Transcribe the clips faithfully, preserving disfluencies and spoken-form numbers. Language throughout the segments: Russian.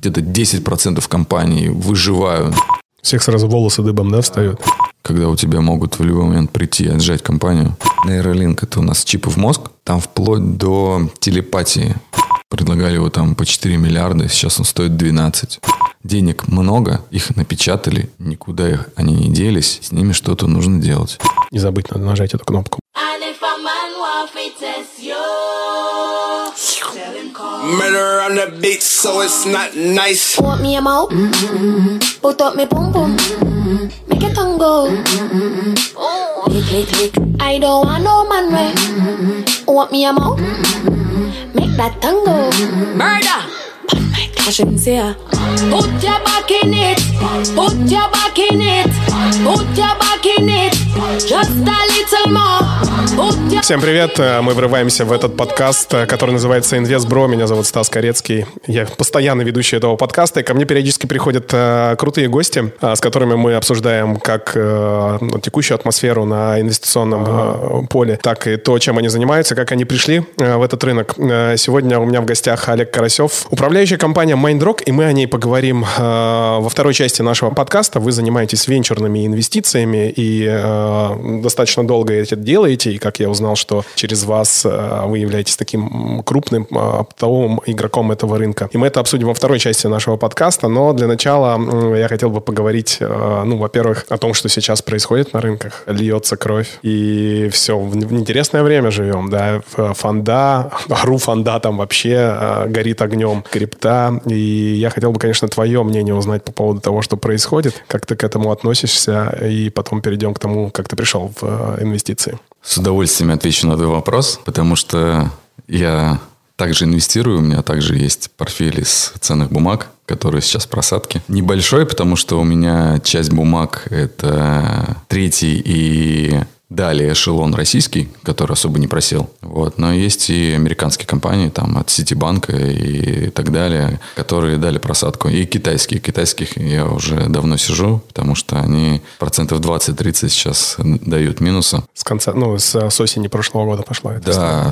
где-то десять процентов компаний выживают. Всех сразу волосы дыбом, да, встают? Когда у тебя могут в любой момент прийти и отжать компанию. Нейролинк – это у нас чипы в мозг. Там вплоть до телепатии. Предлагали его там по четыре миллиарда, сейчас он стоит двенадцать. Денег много, их напечатали, никуда их они не делись. С ними что-то нужно делать. Не забыть, надо нажать эту кнопку. Murder on the beat, so it's not nice. Want me a mouth? Mm-hmm. Put up me pum pum. Mm-hmm. Make your tongue go. Mm-hmm. Oh, click, click, click. I don't want no man way. Mm-hmm. Want me a mouth? Mm-hmm. Make that tongue go. Mm-hmm. Murder. I shouldn't say her. Put your back in it. Put your back in it. Put your back in it. Just a little more. Всем привет, мы врываемся в этот подкаст, который называется «Инвестбро». Меня зовут Стас Корецкий, я постоянный ведущий этого подкаста, и ко мне периодически приходят э, крутые гости, э, с которыми мы обсуждаем как э, текущую атмосферу на инвестиционном э, поле, так и то, чем они занимаются, как они пришли э, в этот рынок. Э, сегодня у меня в гостях Олег Карасев, управляющая компания Майндрок, и мы о ней поговорим э, во второй части нашего подкаста. Вы занимаетесь венчурными инвестициями и э, достаточно долго это делаете, и как я узнал, что через вас э, вы являетесь таким крупным э, оптовым игроком этого рынка. И мы это обсудим во второй части нашего подкаста, но для начала э, я хотел бы поговорить, э, ну, во-первых, о том, что сейчас происходит на рынках. Льется кровь, и все, в, в интересное время живем, да, фонда, ру фонда там вообще э, горит огнем, крипта, и я хотел бы, конечно, твое мнение узнать по поводу того, что происходит, как ты к этому относишься, и потом перейдем к тому, как ты пришел в э, инвестиции. С удовольствием отвечу на твой вопрос, потому что я также инвестирую, у меня также есть портфель из ценных бумаг, которые сейчас в просадке. Небольшой, потому что у меня часть бумаг – это третий и далее эшелон российский, который особо не просел. Вот. Но есть и американские компании, там, от Ситибанка и так далее, которые дали просадку. И китайские. Китайских я уже давно сижу, потому что они процентов двадцать-тридцать сейчас дают минуса. С конца, ну, с, с осени прошлого года пошло это. Да, история.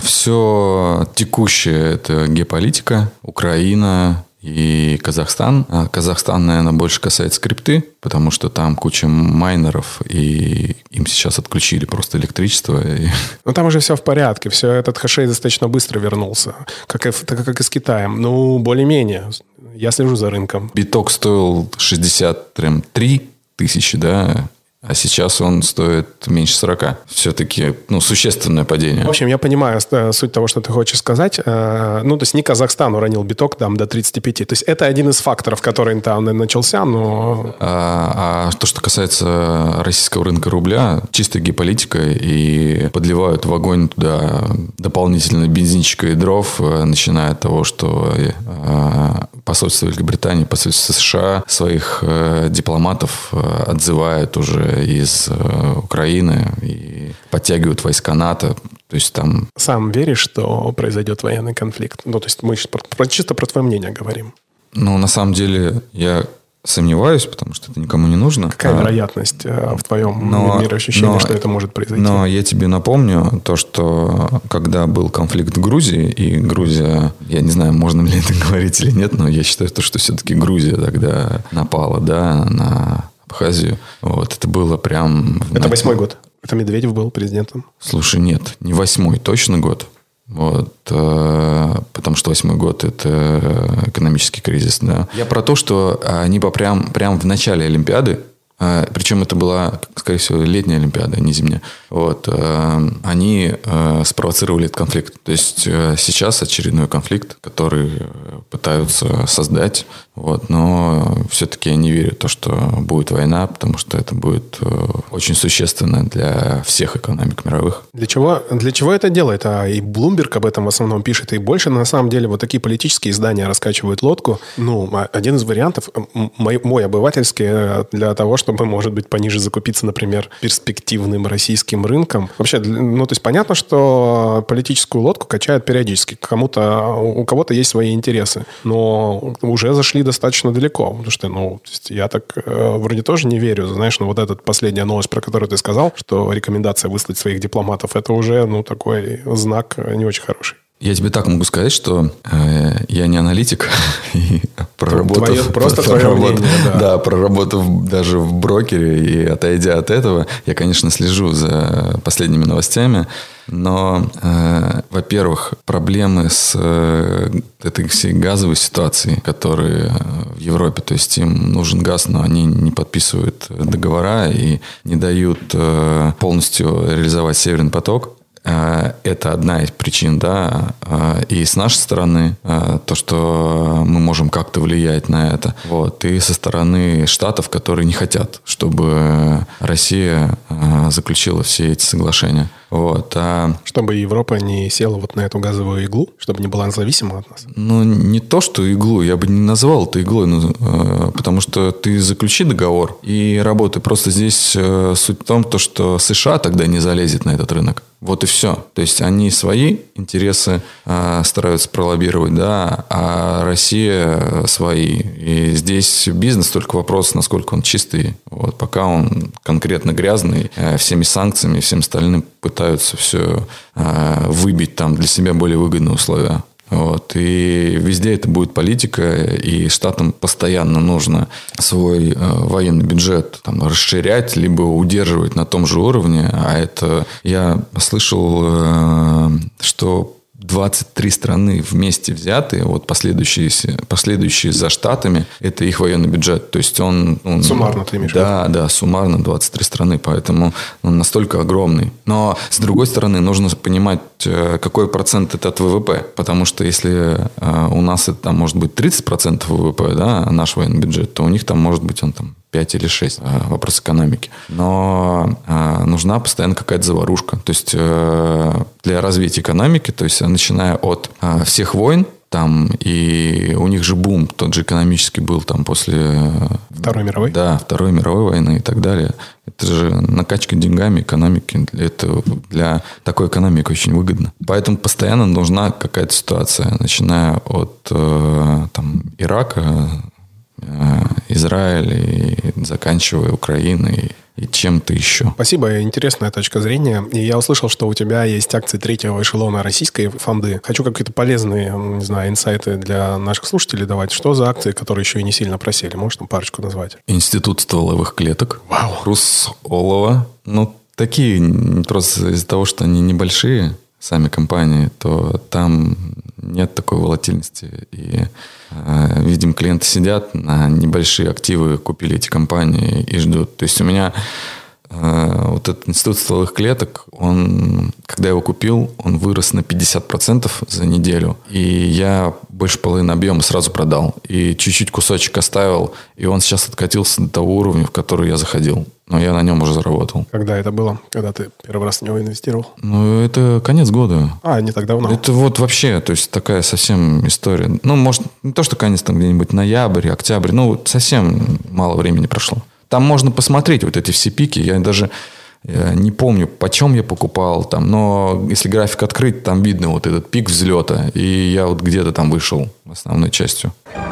Все текущее – это геополитика, Украина и Казахстан. А Казахстан, наверное, больше касается крипты, потому что там куча майнеров, и им сейчас отключили просто электричество. И... Ну, там уже все в порядке. Все, этот хэшей достаточно быстро вернулся. Как и, так, как и с Китаем. Ну, более-менее. Я слежу за рынком. Биток стоил шестьдесят три тысячи, да, а сейчас он стоит меньше сорока. Все-таки, ну, существенное падение. В общем, я понимаю суть того, что ты хочешь сказать. Ну, то есть не Казахстан уронил биток там до тридцати пяти. То есть это один из факторов, который там начался, но... А, а то, что касается российского рынка рубля, чисто геополитика, и подливают в огонь туда дополнительно бензинчика и дров, начиная от того, что посольство Великобритании, посольство США своих дипломатов отзывает уже из э, Украины и подтягивают войска НАТО. То есть там... Сам веришь, что произойдет военный конфликт? Ну, то есть мы про, про, чисто про твое мнение говорим. Ну, на самом деле, я сомневаюсь, потому что это никому не нужно. Какая а, вероятность в твоем но, мироощущении, но, что это может произойти? Но я тебе напомню то, что когда был конфликт в Грузии, и Грузия, я не знаю, можно ли это говорить или нет, но я считаю, то, что все-таки Грузия тогда напала, да, на... Абхазию. Вот, это было прям... Это восьмой год. Это Медведев был президентом. Слушай, нет, не восьмой, точно год. Вот, э, потому что восьмой год – это экономический кризис. Да. Я про то, что они прям, прям в начале Олимпиады, э, причем это была, скорее всего, летняя Олимпиада, не зимняя, вот, э, они э, спровоцировали этот конфликт. То есть э, сейчас очередной конфликт, который пытаются создать. Вот, но все-таки я не верю в то, что будет война, потому что это будет очень существенно для всех экономик мировых. Для чего, для чего это делает? А и Bloomberg об этом в основном пишет, и больше, на самом деле, вот такие политические издания раскачивают лодку. Ну, один из вариантов, мой, мой обывательский, для того, чтобы, может быть, пониже закупиться, например, перспективным российским рынком. Вообще, ну, то есть понятно, что политическую лодку качают периодически. Кому-то, у кого-то есть свои интересы, но уже зашли достаточно далеко, потому что, ну, я так э, вроде тоже не верю, знаешь, ну, вот эта последняя новость, про которую ты сказал, что рекомендация выслать своих дипломатов, это уже, ну, такой знак не очень хороший. Я тебе так могу сказать, что э, я не аналитик. И проработав, твое, просто твое мнение, да. Да, проработав даже в брокере и отойдя от этого, я, конечно, слежу за последними новостями. Но, э, во-первых, проблемы с э, этой всей газовой ситуацией, которые в Европе, то есть им нужен газ, но они не подписывают договора и не дают э, полностью реализовать Северный поток. Это одна из причин, да, и с нашей стороны то, что мы можем как-то влиять на это, вот, и со стороны штатов, которые не хотят, чтобы Россия заключила все эти соглашения. Вот, а... Чтобы Европа не села вот на эту газовую иглу, чтобы не была зависима от нас? Ну, не то, что иглу, я бы не назвал это иглой, ну, э, потому что ты заключи договор и работай. Просто здесь э, суть в том, то, что США тогда не залезет на этот рынок. Вот и все. То есть они свои интересы э, стараются пролоббировать, да, а Россия свои. И здесь бизнес, только вопрос, насколько он чистый. Вот, пока он конкретно грязный, э, всеми санкциями и всем остальным пытаются все э, выбить там для себя более выгодные условия. Вот. И везде это будет политика, и штатам постоянно нужно свой э, военный бюджет там, расширять, либо удерживать на том же уровне. А это я слышал, э, что двадцать три страны вместе взятые, вот последующие, последующие за штатами, это их военный бюджет. То есть он... он суммарно ты имеешь в виду? Да, да, суммарно двадцать три страны, поэтому он настолько огромный. Но, с другой стороны, нужно понимать, какой процент это от ВВП. Потому что если у нас это там, может быть тридцать процентов ВВП, да, наш военный бюджет, то у них там может быть он там пять или шесть. Вопрос экономики. Но э, нужна постоянно какая-то заварушка. То есть э, для развития экономики, то есть начиная от э, всех войн, там, и у них же бум тот же экономический был там после... Второй мировой? Да, Второй мировой войны и так далее. Это же накачка деньгами экономики. Это для такой экономики очень выгодно. Поэтому постоянно нужна какая-то ситуация, начиная от э, там, Ирака, Израиль и заканчивая Украиной и чем-то еще. Спасибо, интересная точка зрения. И я услышал, что у тебя есть акции третьего эшелона российской фонды. Хочу какие-то полезные, не знаю, инсайты для наших слушателей давать. Что за акции, которые еще и не сильно просели? Можешь там парочку назвать? Институт стволовых клеток. Вау. Русолова. Ну, такие просто из-за того, что они небольшие, сами компании, то там нет такой волатильности. И, э, видим, клиенты сидят на небольшие активы, купили эти компании и ждут. То есть у меня э, вот этот институт стволовых клеток, он, когда я его купил, он вырос на пятьдесят процентов за неделю. И я больше половины объема сразу продал. И чуть-чуть кусочек оставил. И он сейчас откатился до того уровня, в который я заходил. Но я на нем уже заработал. Когда это было? Когда ты первый раз в него инвестировал? Ну, это конец года. А, не так давно. Это вот вообще, то есть такая совсем история. Ну, может, не то, что конец там где-нибудь ноябрь, октябрь. Ну, совсем мало времени прошло. Там можно посмотреть вот эти все пики. Я даже я не помню, почем я покупал там. Но если график открыть, там видно вот этот пик взлета. И я вот где-то там вышел основной частью.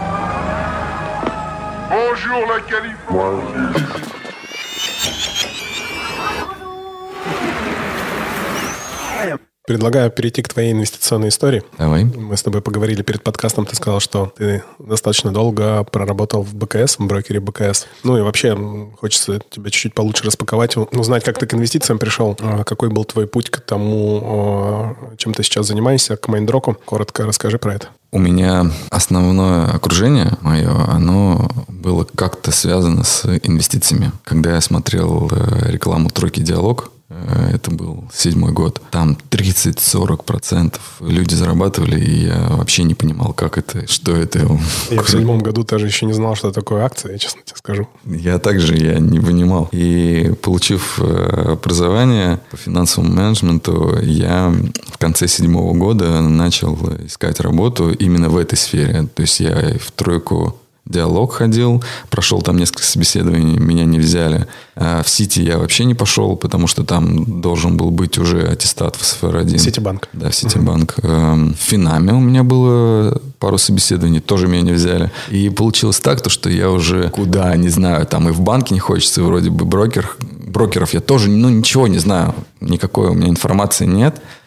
Предлагаю перейти к твоей инвестиционной истории. Давай. Мы с тобой поговорили перед подкастом. Ты сказал, что ты достаточно долго проработал в БКС, в брокере БКС. Ну и вообще хочется тебя чуть-чуть получше распаковать, узнать, как ты к инвестициям пришел, какой был твой путь к тому, чем ты сейчас занимаешься, к Майндроку. Коротко расскажи про это. У меня основное окружение мое, оно было как-то связано с инвестициями. Когда я смотрел рекламу «Тройки Диалог», это был седьмой год. Там тридцать-сорок процентов люди зарабатывали, и я вообще не понимал, как это, что это. Я в седьмом году даже еще не знал, что такое акция, я честно тебе скажу. Я также я не понимал. И получив образование по финансовому менеджменту, я в конце седьмого года начал искать работу именно в этой сфере. То есть я в тройку Диалог ходил, прошел там несколько собеседований, меня не взяли. А в Сити я вообще не пошел, потому что там должен был быть уже аттестат в эс эф эр один. Ситибанк. Да, в Ситибанк. Uh-huh. В Финаме у меня было пару собеседований, тоже меня не взяли. И получилось так, то, что я уже куда, не знаю, там и в банке не хочется, вроде бы брокер. Брокеров я тоже, ну, ничего не знаю. Никакой у меня информации нет.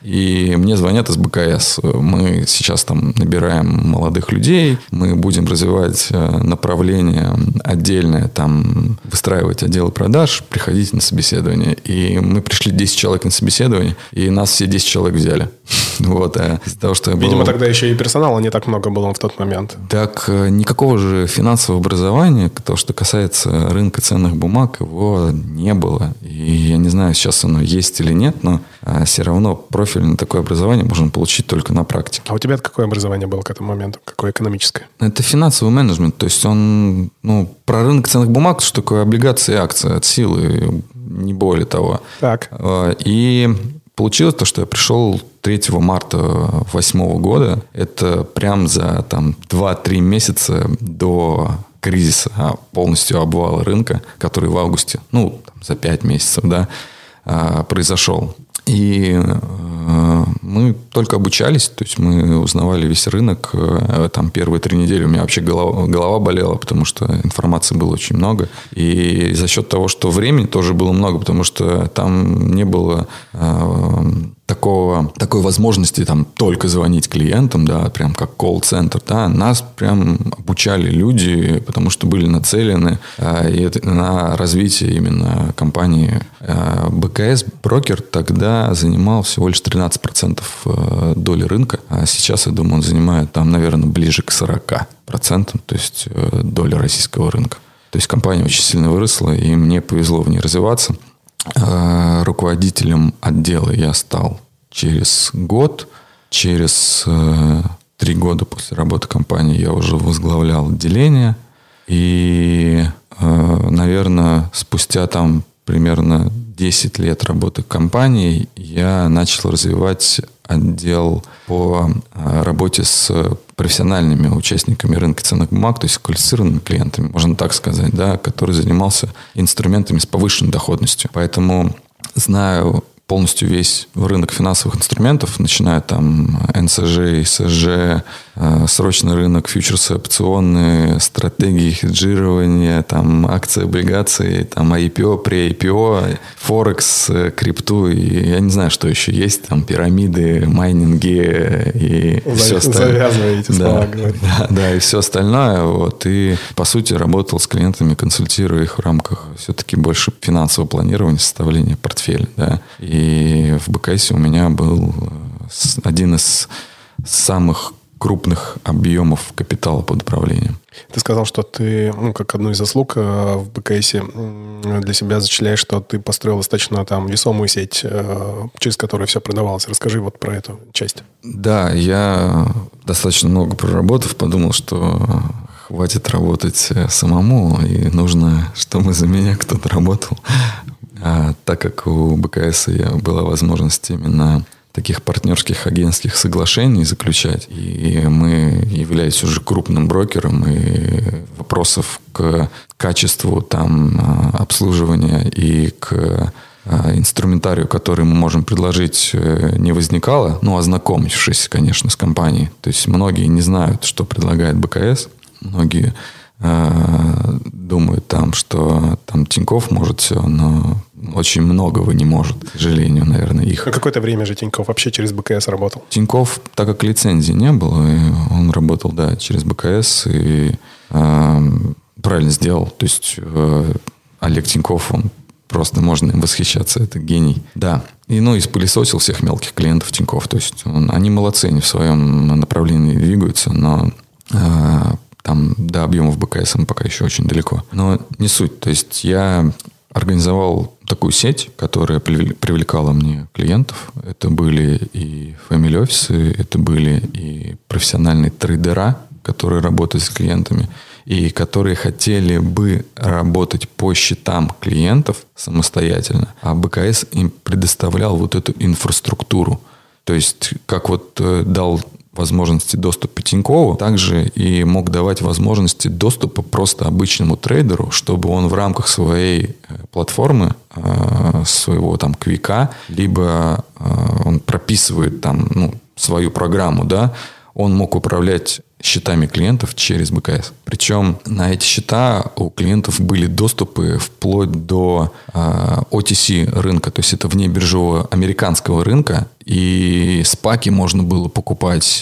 И мне звонят из БКС. Мы сейчас там набираем молодых людей, мы будем развивать направление отдельное, там выстраивать отделы продаж, приходите на собеседование. И мы пришли десять человек на собеседование, и нас все десять человек взяли. Вот, а из-за того, что Видимо, был... тогда еще и персонала не так много было в тот момент. Так никакого же финансового образования, то, что касается рынка ценных бумаг, его не было. И я не знаю, сейчас оно есть или нет, но все равно профильное такое образование можно получить только на практике. А у тебя какое образование было к этому моменту? Какое экономическое? Это финансовый менеджмент. То есть он, ну, про рынок ценных бумаг, что такое облигации и акции от силы, не более того. Так. И получилось то, что я пришел третьего марта две тысячи восьмого года. Это прям за там, два-три месяца до кризиса, полностью обвала рынка, который в августе, ну, там, за пять месяцев, да, произошел. И э, мы только обучались, то есть мы узнавали весь рынок. Там первые три недели у меня вообще голова, голова болела, потому что информации было очень много. И за счет того, что времени тоже было много, потому что там не было э, такого, такой возможности там только звонить клиентам, да, прям как колл-центр, да, нас прям обучали люди, потому что были нацелены э, и это, на развитие именно компании. Э, БКС брокер тогда занимал всего лишь тринадцать процентов доли рынка, а сейчас, я думаю, он занимает там, наверное, ближе к сорок процентов, то есть э, доли российского рынка. То есть компания очень сильно выросла, и мне повезло в ней развиваться. Руководителем отдела я стал через год. Через э, три года после работы компании я уже возглавлял отделение. И, э, наверное, спустя там примерно десять лет работы в компании я начал развивать отдел по э, работе с профессиональными участниками рынка ценных бумаг, то есть квалифицированными клиентами, можно так сказать, да, который занимался инструментами с повышенной доходностью. Поэтому знаю полностью весь рынок финансовых инструментов, начиная там эн эс жэ, эс эс жэ, э, срочный рынок, фьючерсы, опционные, стратегии хеджирования, там акции, облигации, там ай пи о, пре-ай пи о, Форекс, крипту, и я не знаю, что еще есть, там пирамиды, майнинги и Зав... все остальное. Завязываете слова да, говорить. Да, да, и все остальное. Вот, и, по сути, работал с клиентами, консультируя их в рамках все-таки больше финансового планирования, составления портфеля, да. И в БКС у меня был один из самых крупных объемов капитала под управлением. Ты сказал, что ты, ну, как одну из заслуг в БКС для себя зачисляешь, что ты построил достаточно там весомую сеть, через которую все продавалось. Расскажи вот про эту часть. Да, я достаточно много проработав, подумал, что хватит работать самому, и нужно, чтобы за меня кто-то работал. А так как у БКС была возможность именно таких партнерских агентских соглашений заключать, и мы являлись уже крупным брокером, и вопросов к качеству там обслуживания и к инструментарию, который мы можем предложить, не возникало, ну, ознакомившись, конечно, с компанией. То есть многие не знают, что предлагает БКС, многие думают там, что там Тинькофф может все, но очень многого не может, к сожалению, наверное, их. На какое-то время же Тинькофф вообще через БКС работал. Тинькофф, так как лицензии не было, он работал, да, через БКС и э, правильно сделал. То есть э, Олег Тинькофф, он просто можно им восхищаться, это гений. Да. И, ну, испылесосил всех мелких клиентов Тинькофф. То есть он, они молодцы, они в своем направлении двигаются, но э, там до объемов БКС мы пока еще очень далеко. Но не суть. То есть я организовал такую сеть, которая привлекала мне клиентов. Это были и family офисы, это были и профессиональные трейдера, которые работают с клиентами, и которые хотели бы работать по счетам клиентов самостоятельно, а БКС им предоставлял вот эту инфраструктуру. То есть, как вот дал возможности доступа Тинькову, также и мог давать возможности доступа просто обычному трейдеру, чтобы он в рамках своей платформы, своего там квика, либо он прописывает там, ну, свою программу, да, он мог управлять счетами клиентов через БКС. Причем на эти счета у клиентов были доступы вплоть до э, о ти си рынка, то есть это внебиржевого американского рынка, и спаки можно было покупать,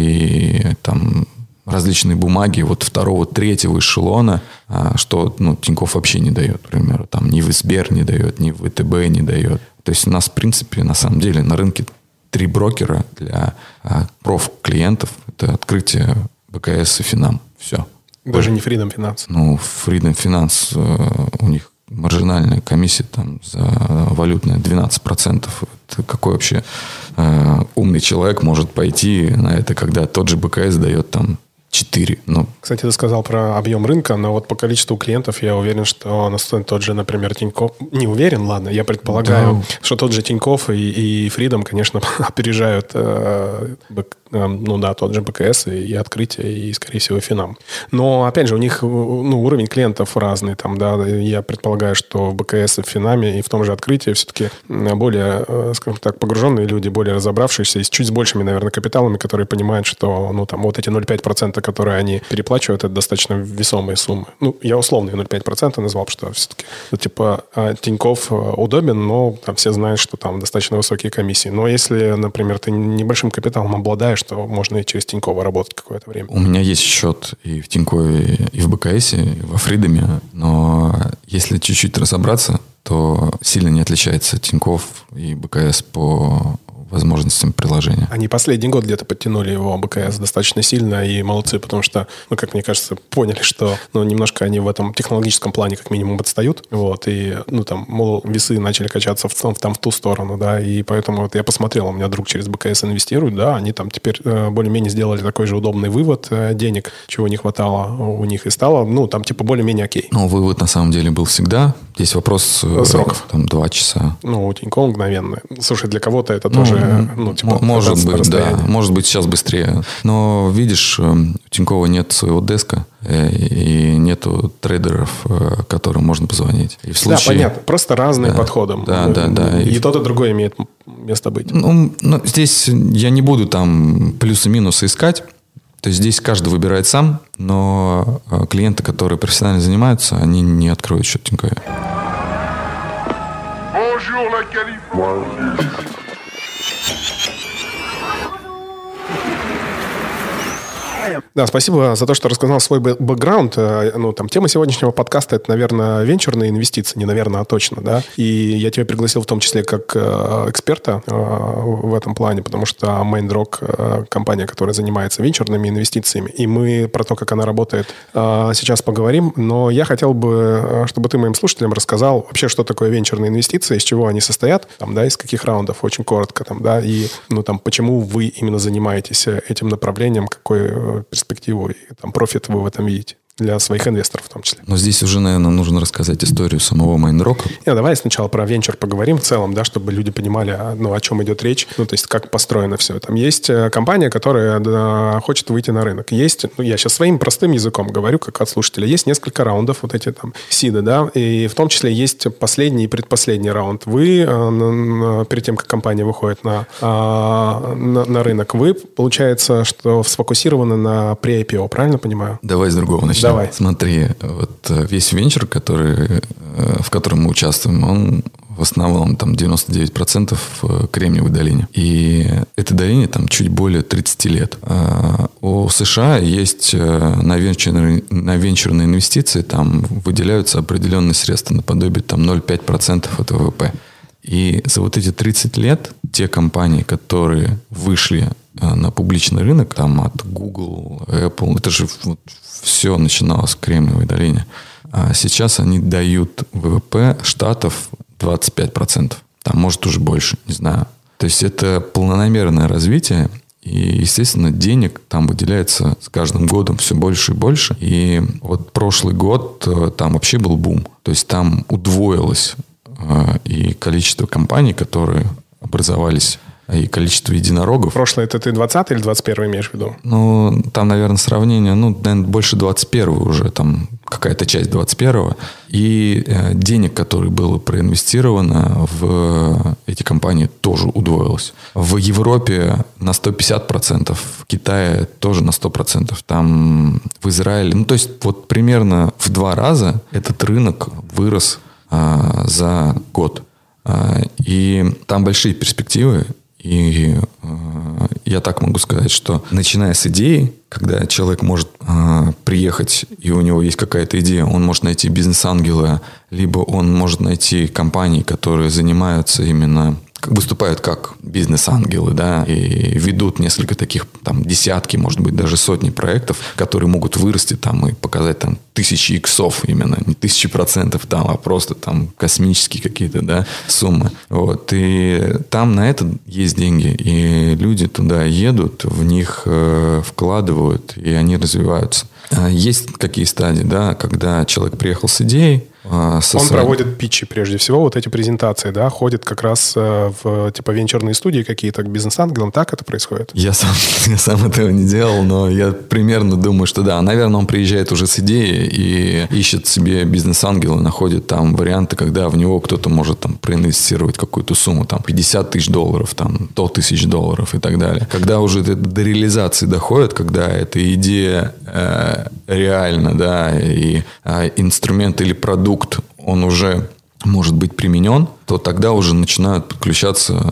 и там различные бумаги вот второго, третьего эшелона, э, что ну, Тинькофф вообще не дает, к примеру, там ни в Сбер не дает, ни в ВТБ не дает. То есть у нас, в принципе, на самом деле на рынке три брокера для а, проф-клиентов. Это открытие, БКС и Финам. Все. Даже не Freedom Finance. Ну, Freedom Finance, э, у них маржинальная комиссия там за валютная двенадцать процентов. Это какой вообще э, умный человек может пойти на это, когда тот же БКС дает там четыре. Ну. Кстати, ты сказал про объем рынка, но вот по количеству клиентов я уверен, что настолько тот же, например, Тинькофф... Не уверен, ладно, я предполагаю, да. что тот же Тинькофф и, и Freedom, конечно, опережают э, бэк, э, ну да, тот же БКС и, и открытие, и, скорее всего, Финам. Но, опять же, у них ну, уровень клиентов разный. Там, да, я предполагаю, что в БКС и в Финаме, и в том же открытии все-таки более, э, скажем так, погруженные люди, более разобравшиеся, и с чуть с большими, наверное, капиталами, которые понимают, что ну, там, вот эти ноль целых пять десятых процента, которые они переплачивают, это достаточно весомые суммы. Ну, я условно ноль целых пять десятых процента назвал, потому что все-таки, ну, типа, Тинькофф удобен, но там все знают, что там достаточно высокие комиссии. Но если, например, ты небольшим капиталом обладаешь, то можно и через Тинькофф работать какое-то время. У меня есть счет и в Тинькове, и в БКСе, и во Фридоме, но если чуть-чуть разобраться, то сильно не отличается Тинькофф и БКС по возможностям приложения. Они последний год где-то подтянули его БКС достаточно сильно, и молодцы, потому что, ну, как мне кажется, поняли, что, ну, немножко они в этом технологическом плане как минимум отстают, вот, и, ну, там, мол, весы начали качаться в, там, в ту сторону, да, и поэтому вот я посмотрел, у меня друг через БКС инвестирует, да, они там теперь э, более-менее сделали такой же удобный вывод э, денег, чего не хватало у них, и стало, ну, там, типа, более-менее окей. Ну, вывод, на самом деле, был всегда. Здесь вопрос... Э, Сроков. Там, два часа. Ну, у Тинькофф мгновенно. Слушай, для кого-то это тоже... Ну, типа, может быть, да. Может быть, сейчас быстрее. Но, видишь, у Тинькова нет своего деска и нету трейдеров, которым можно позвонить. И в случае... Да, понятно. Просто разные да, подходы. Да, да, да. И, и то, и другое имеет место быть. Ну, ну, здесь я не буду там плюсы-минусы искать. То есть здесь каждый выбирает сам, но клиенты, которые профессионально занимаются, они не откроют счет в Тинькове. Да, спасибо за то, что рассказал свой бэкграунд. Ну, там, тема сегодняшнего подкаста – это, наверное, венчурные инвестиции. Не наверное, а точно, да. И я тебя пригласил в том числе как эксперта в этом плане, потому что MainRock – компания, которая занимается венчурными инвестициями. И мы про то, как она работает, сейчас поговорим. Но я хотел бы, чтобы ты моим слушателям рассказал вообще, что такое венчурные инвестиции, из чего они состоят, там, да, из каких раундов, очень коротко, там, да, и, ну, там, почему вы именно занимаетесь этим направлением, какой перспективу и там, профит вы в этом видите для своих инвесторов в том числе. Но здесь уже, наверное, нужно рассказать историю самого MainRock. Не, давай сначала про венчур поговорим в целом, да, чтобы люди понимали, ну, о чем идет речь, ну, то есть как построено все. Там есть компания, которая да, хочет выйти на рынок. Есть, ну, я сейчас своим простым языком говорю, как от слушателя, есть несколько раундов, вот эти там сиды, да, и в том числе есть последний и предпоследний раунд. Вы, э, перед тем, как компания выходит на, э, на, на рынок, вы, получается, что сфокусированы на pre-ай пи о, правильно понимаю? Давай с другого начнем. Давай. Смотри, вот весь венчур, который, в котором мы участвуем, он в основном там девяносто девять процентов в Кремниевой долине. И этой долине там чуть более тридцать лет. А у США есть на венчурные, на венчурные инвестиции там выделяются определенные средства наподобие там ноль целых пять десятых процента от ВВП. И за вот эти тридцать лет те компании, которые вышли на публичный рынок, там от Google, Apple, это же вот все начиналось в Кремниевой долине. А сейчас они дают ВВП штатов двадцать пять процентов. Там, может, уже больше, не знаю. То есть это полномерное развитие. И, естественно, денег там выделяется с каждым годом все больше и больше. И вот прошлый год там вообще был бум. То есть там удвоилось и количество компаний, которые образовались, и количество единорогов. Прошлое это ты двадцатый или двадцать первый имеешь в виду? Ну, там, наверное, сравнение, ну, наверное, больше двадцать первый уже. Там какая-то часть двадцать первого, и денег, которые было проинвестировано в эти компании, тоже удвоилось. В Европе на сто пятьдесят процентов, в Китае тоже на сто процентов, там в Израиле. Ну, то есть, вот примерно в два раза этот рынок вырос а, за год. А, и там большие перспективы. И э, я так могу сказать, что начиная с идеи, когда человек может э, приехать, и у него есть какая-то идея, он может найти бизнес-ангела, либо он может найти компании, которые занимаются именно, выступают как бизнес-ангелы, да, и ведут несколько таких, там, десятки, может быть, даже сотни проектов, которые могут вырасти там и показать там тысячи иксов именно, не тысячи процентов там, а просто там космические какие-то, да, суммы. Вот. И там на это есть деньги, и люди туда едут, в них э, вкладывают, и они развиваются. Есть какие стадии, да, когда человек приехал с идеей. Он своим... проводит питчи прежде всего, вот эти презентации, да, ходит как раз в типа венчурные студии какие-то к бизнес-ангелам, так это происходит? Я сам, я сам этого не делал, но я примерно думаю, что да. Наверное, он приезжает уже с идеей и ищет себе бизнес-ангела, находит там варианты, когда в него кто-то может там проинвестировать какую-то сумму, там пятьдесят тысяч долларов, там сто тысяч долларов и так далее. Когда уже это до реализации доходит, когда эта идея э, реальна, да, и э, инструмент или продукт, он уже может быть применен, то тогда уже начинают подключаться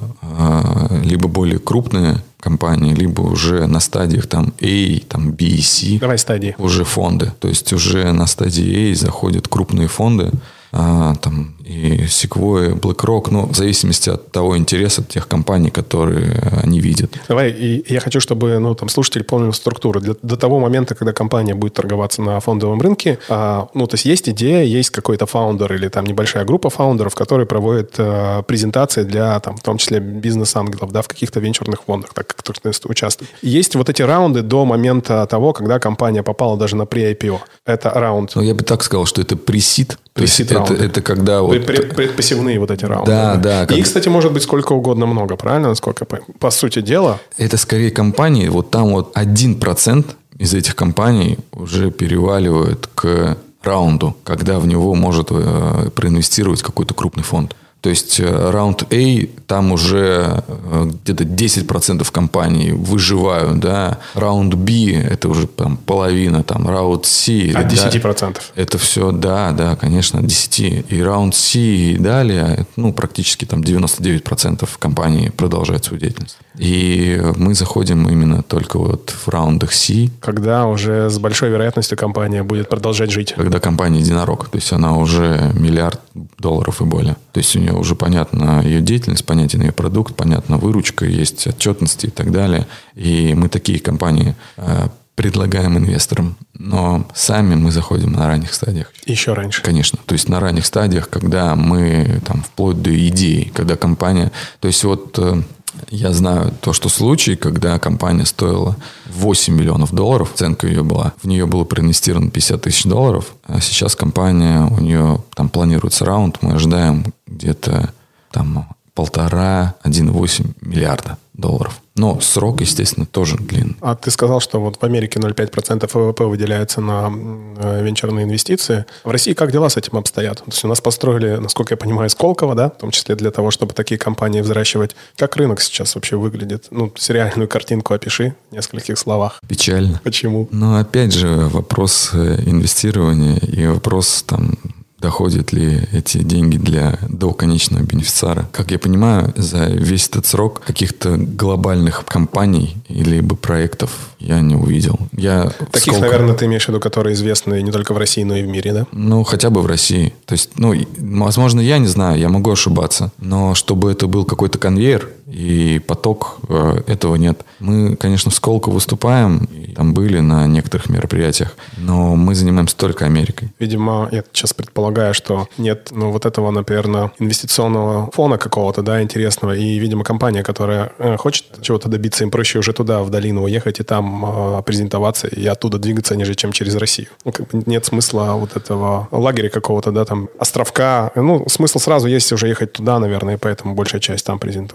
э, либо более крупные компании, либо уже на стадиях там A, там B и C. Давай стадии. Уже фонды. То есть уже на стадии A заходят крупные фонды, а, там и Sequoia, BlackRock, ну, в зависимости от того интереса тех компаний, которые они видят. Давай, и я хочу, чтобы, ну, там, слушатель понял структуру. Для, до того момента, когда компания будет торговаться на фондовом рынке, а, ну, то есть есть идея, есть какой-то фаундер или там небольшая группа фаундеров, которые проводят а, презентации для, там, в том числе бизнес-ангелов, да, в каких-то венчурных фондах, так как кто-то участвует. Есть вот эти раунды до момента того, когда компания попала даже на pre-ай пи о. Это раунд. Ну, я бы так сказал, что это pre-seed. Pre-seed это, это когда вот... Пред, предпосевные вот эти раунды. Да, да. И, как... кстати, может быть сколько угодно много, правильно? Насколько по, по сути дела. Это скорее компании, вот там вот один процент из этих компаний уже переваливает к раунду, когда в него может э, проинвестировать какой-то крупный фонд. То есть раунд A, там уже где-то десять процентов компаний выживают, да. Раунд B, это уже там половина, там раунд C. От десяти процентов. Да, это все, да, да, конечно, от десяти. И раунд C и далее, ну, практически там девяносто девять процентов компаний продолжают свою деятельность. И мы заходим именно только вот в раундах C. Когда уже с большой вероятностью компания будет продолжать жить. Когда компания единорог, то есть она уже миллиард долларов и более. То есть у нее уже понятна ее деятельность, понятен ее продукт, понятна выручка, есть отчетности и так далее. И мы такие компании э, предлагаем инвесторам. Но сами мы заходим на ранних стадиях. Еще раньше. Конечно. То есть на ранних стадиях, когда мы там вплоть до идеи, когда компания... То есть вот... Э, я знаю то, что случай, когда компания стоила восемь миллионов долларов, оценка ее была, в нее было проинвестировано пятьдесят тысяч долларов, а сейчас компания, у нее там планируется раунд, мы ожидаем где-то там полтора, один и восемь миллиарда долларов. Но срок, естественно, тоже длинный. А ты сказал, что вот в Америке ноль целых пять десятых процента вэ вэ пэ выделяется на венчурные инвестиции. В России как дела с этим обстоят? То есть у нас построили, насколько я понимаю, Сколково, да, в том числе для того, чтобы такие компании взращивать. Как рынок сейчас вообще выглядит? Ну, реальную картинку опиши в нескольких словах. Печально. Почему? Ну, опять же, вопрос инвестирования и вопрос там... доходят ли эти деньги для, до конечного бенефициара. Как я понимаю, за весь этот срок каких-то глобальных компаний либо проектов я не увидел. Я Таких, сколько... наверное, ты имеешь в виду, которые известны не только в России, но и в мире, да? Ну, хотя бы в России. То есть, ну, возможно, я не знаю, я могу ошибаться, но чтобы это был какой-то конвейер и поток, этого нет. Мы, конечно, в Сколково выступаем, и там были на некоторых мероприятиях, но мы занимаемся только Америкой. Видимо, я сейчас предполагаю, что нет, ну, вот этого, наверное, инвестиционного фона какого-то, да, интересного, и, видимо, компания, которая хочет чего-то добиться, им проще уже туда, в долину уехать и там э, презентоваться и оттуда двигаться, нежели чем через Россию. Ну, как бы нет смысла вот этого лагеря какого-то, да, там, островка. Ну, смысл сразу есть уже ехать туда, наверное, и поэтому большая часть там презентуется.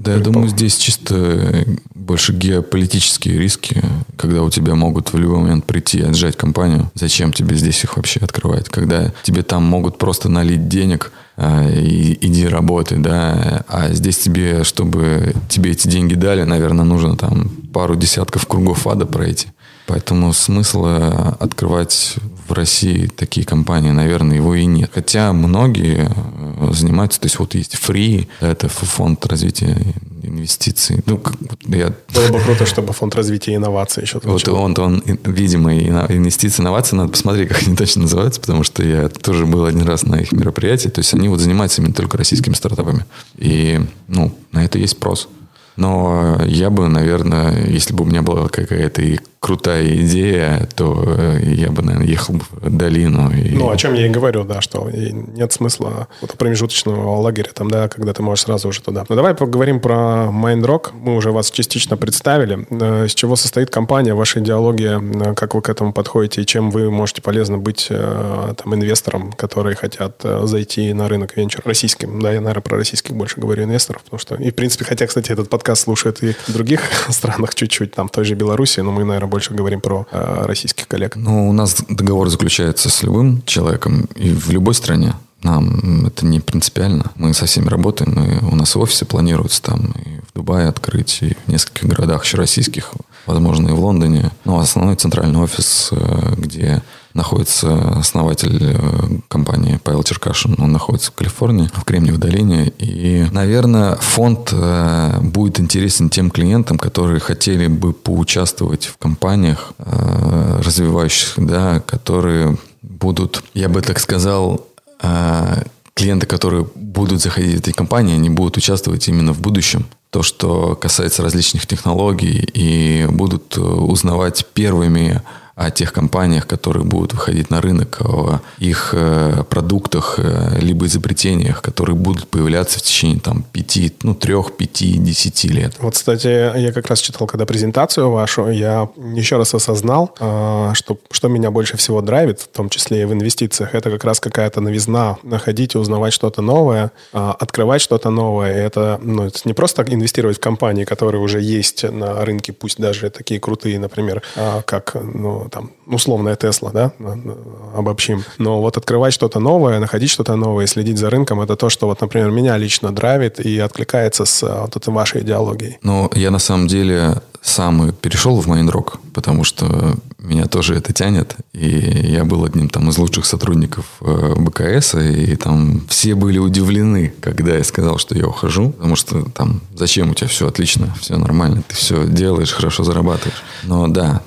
Да, я думаю, здесь чисто больше геополитические риски, когда у тебя могут в любой момент прийти и отжать компанию. Зачем тебе здесь их вообще открывать? Когда тебе там могут просто налить денег и иди работай, да, а здесь тебе, чтобы тебе эти деньги дали, наверное, нужно там пару десятков кругов ада пройти. Поэтому смысла открывать в России такие компании, наверное, его и нет. Хотя многие занимаются, то есть вот есть Free, это фонд развития инвестиций. Ну, как, я... Было бы круто, чтобы фонд развития инноваций еще Вот он, он, видимо, инвестиции, инновации, надо посмотреть, как они точно называются, потому что я тоже был один раз на их мероприятии. То есть они вот занимаются именно только российскими стартапами. И, ну, на это есть спрос. Но я бы, наверное, если бы у меня была какая-то и крутая идея, то я бы, наверное, ехал бы в долину. И... Ну, о чем я и говорю, да, что нет смысла вот промежуточного лагеря, там, да, когда ты можешь сразу уже туда. Но давай поговорим про Mindrock. Мы уже вас частично представили. Из чего состоит компания, ваша идеология, как вы к этому подходите, и чем вы можете полезно быть там, инвесторам, которые хотят зайти на рынок венчур российским. Да, я, наверное, про российских больше говорю инвесторов, потому что, и, в принципе, хотя, кстати, этот подкаст слушают и в других странах чуть-чуть, там, в той же Беларуси, но мы, наверное, больше говорим про э, российских коллег. Ну, у нас договор заключается с любым человеком и в любой стране. Нам это не принципиально. Мы со всеми работаем. И у нас офисы планируются там и в Дубае открыть, и в нескольких городах еще российских, возможно, и в Лондоне. Но основной центральный офис, где находится основатель компании Павел Черкашин, он находится в Калифорнии, в Кремниевой долине. И, наверное, фонд будет интересен тем клиентам, которые хотели бы поучаствовать в компаниях развивающихся, да, которые будут, я бы так сказал, клиенты, которые будут заходить в эти компании, они будут участвовать именно в будущем. То, что касается различных технологий, и будут узнавать первыми о тех компаниях, которые будут выходить на рынок, о их продуктах, либо изобретениях, которые будут появляться в течение там, пяти, ну, трех, пяти, десяти лет. Вот, кстати, я как раз читал, когда презентацию вашу, я еще раз осознал, что, что меня больше всего драйвит, в том числе и в инвестициях, это как раз какая-то новизна, находить и узнавать что-то новое, открывать что-то новое. И это, ну, это не просто инвестировать в компании, которые уже есть на рынке, пусть даже такие крутые, например, как, ну, там, условная Тесла, да, обобщим. Но вот открывать что-то новое, находить что-то новое и следить за рынком, это то, что, вот, например, меня лично драйвит и откликается с вот этой вашей идеологией. Ну, я на самом деле сам перешел в Mindrock, потому что меня тоже это тянет. И я был одним там из лучших сотрудников БКС, и там все были удивлены, когда я сказал, что я ухожу, потому что там зачем, у тебя все отлично, все нормально, ты все делаешь, хорошо зарабатываешь. Но да,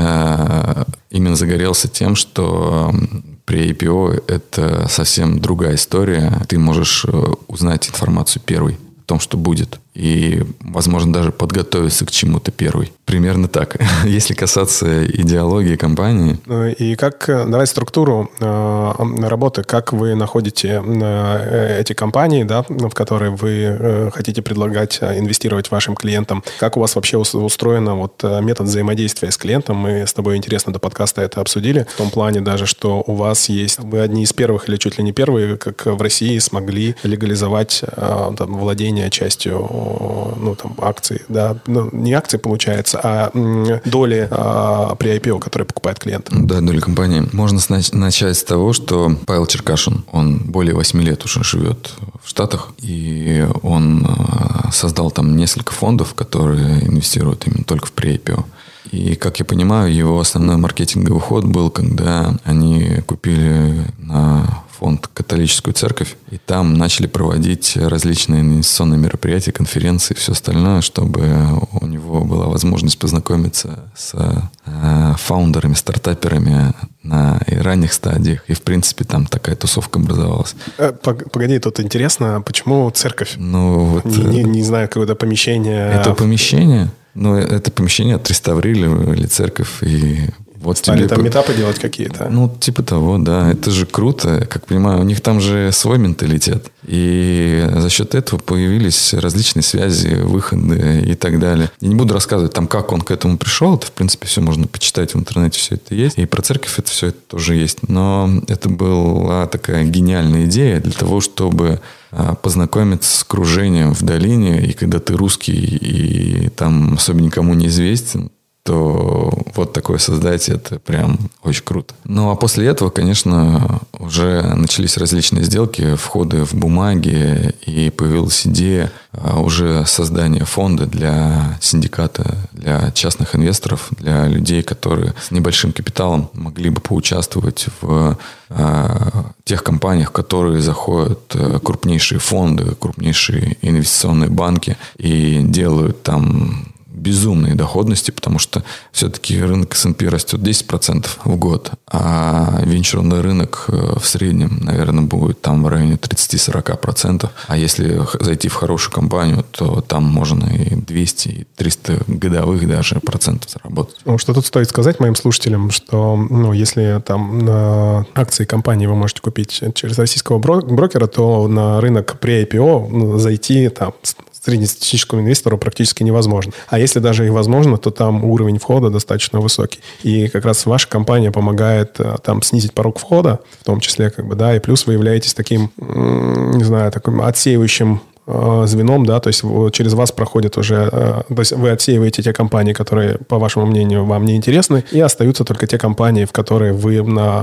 я именно загорелся тем, что при ай пи о это совсем другая история. Ты можешь узнать информацию первой о том, что будет. И, возможно, даже подготовиться к чему-то первой. Примерно так. Если касаться идеологии компании. И как, давай структуру э, работы, как вы находите э, эти компании, да, в которые вы э, хотите предлагать инвестировать вашим клиентам? Как у вас вообще устроено вот, метод взаимодействия с клиентом? Мы с тобой, интересно, до подкаста это обсудили. В том плане даже, что у вас есть, вы одни из первых или чуть ли не первые, как в России смогли легализовать э, там, владение частью, ну, там, акций, да, ну, не акции, получается, а м, доли а, при ай пи о, которые покупает клиент. Да, доли компании. Можно снач- начать с того, что Павел Черкашин, он более восьми лет уже живет в Штатах, и он а, создал там несколько фондов, которые инвестируют именно только в при ай пи о. И, как я понимаю, его основной маркетинговый ход был, когда они купили на фонд «Католическую церковь», и там начали проводить различные инвестиционные мероприятия, конференции и все остальное, чтобы у него была возможность познакомиться с э, фаундерами, стартаперами на ранних стадиях. И, в принципе, там такая тусовка образовалась. Погоди, тут интересно, почему церковь? Ну, вот, не, не, не знаю, какое-то помещение. Это помещение? Ну, это помещение отреставрировали церковь, и вот стали тебе... там метапы делать какие-то? Ну, типа того, да. Это же круто. Как понимаю, у них там же свой менталитет. И за счет этого появились различные связи, выходы и так далее. Я не буду рассказывать, там, как он к этому пришел. Это, в принципе, все можно почитать в интернете, все это есть. И про церковь это все это тоже есть. Но это была такая гениальная идея для того, чтобы познакомиться с окружением в долине, и когда ты русский и там особо никому не известен, то вот такое создать, это прям очень круто. Ну, а после этого, конечно, уже начались различные сделки, входы в бумаги, и появилась идея уже создания фонда для синдиката, для частных инвесторов, для людей, которые с небольшим капиталом могли бы поучаствовать в тех компаниях, в которые заходят крупнейшие фонды, крупнейшие инвестиционные банки и делают там безумные доходности, потому что все-таки рынок эс энд пи растет десять процентов в год, а венчурный рынок в среднем, наверное, будет там в районе тридцать-сорок процентов. А если зайти в хорошую компанию, то там можно и двести, и триста годовых даже процентов заработать. Ну, что тут стоит сказать моим слушателям, что ну, если там на акции компании вы можете купить через российского брокера, то на рынок при ай пи о зайти там среднестатистическому инвестору практически невозможно. А если даже и возможно, то там уровень входа достаточно высокий. И как раз ваша компания помогает там снизить порог входа, в том числе, как бы, да, и плюс вы являетесь таким, не знаю, таким отсеивающим звеном, да, то есть через вас проходят уже, то есть вы отсеиваете те компании, которые, по вашему мнению, вам не интересны, и остаются только те компании, в которые вы на,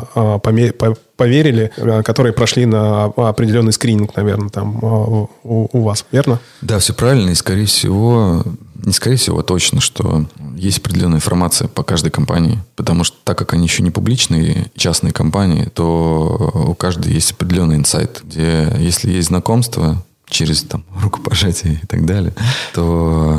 поверили, которые прошли на определенный скрининг, наверное, там у, у вас, верно? Да, все правильно, и скорее всего, не скорее всего, точно, что есть определенная информация по каждой компании, потому что так как они еще не публичные частные компании, то у каждой есть определенный инсайт, где если есть знакомство через там рукопожатие и так далее, то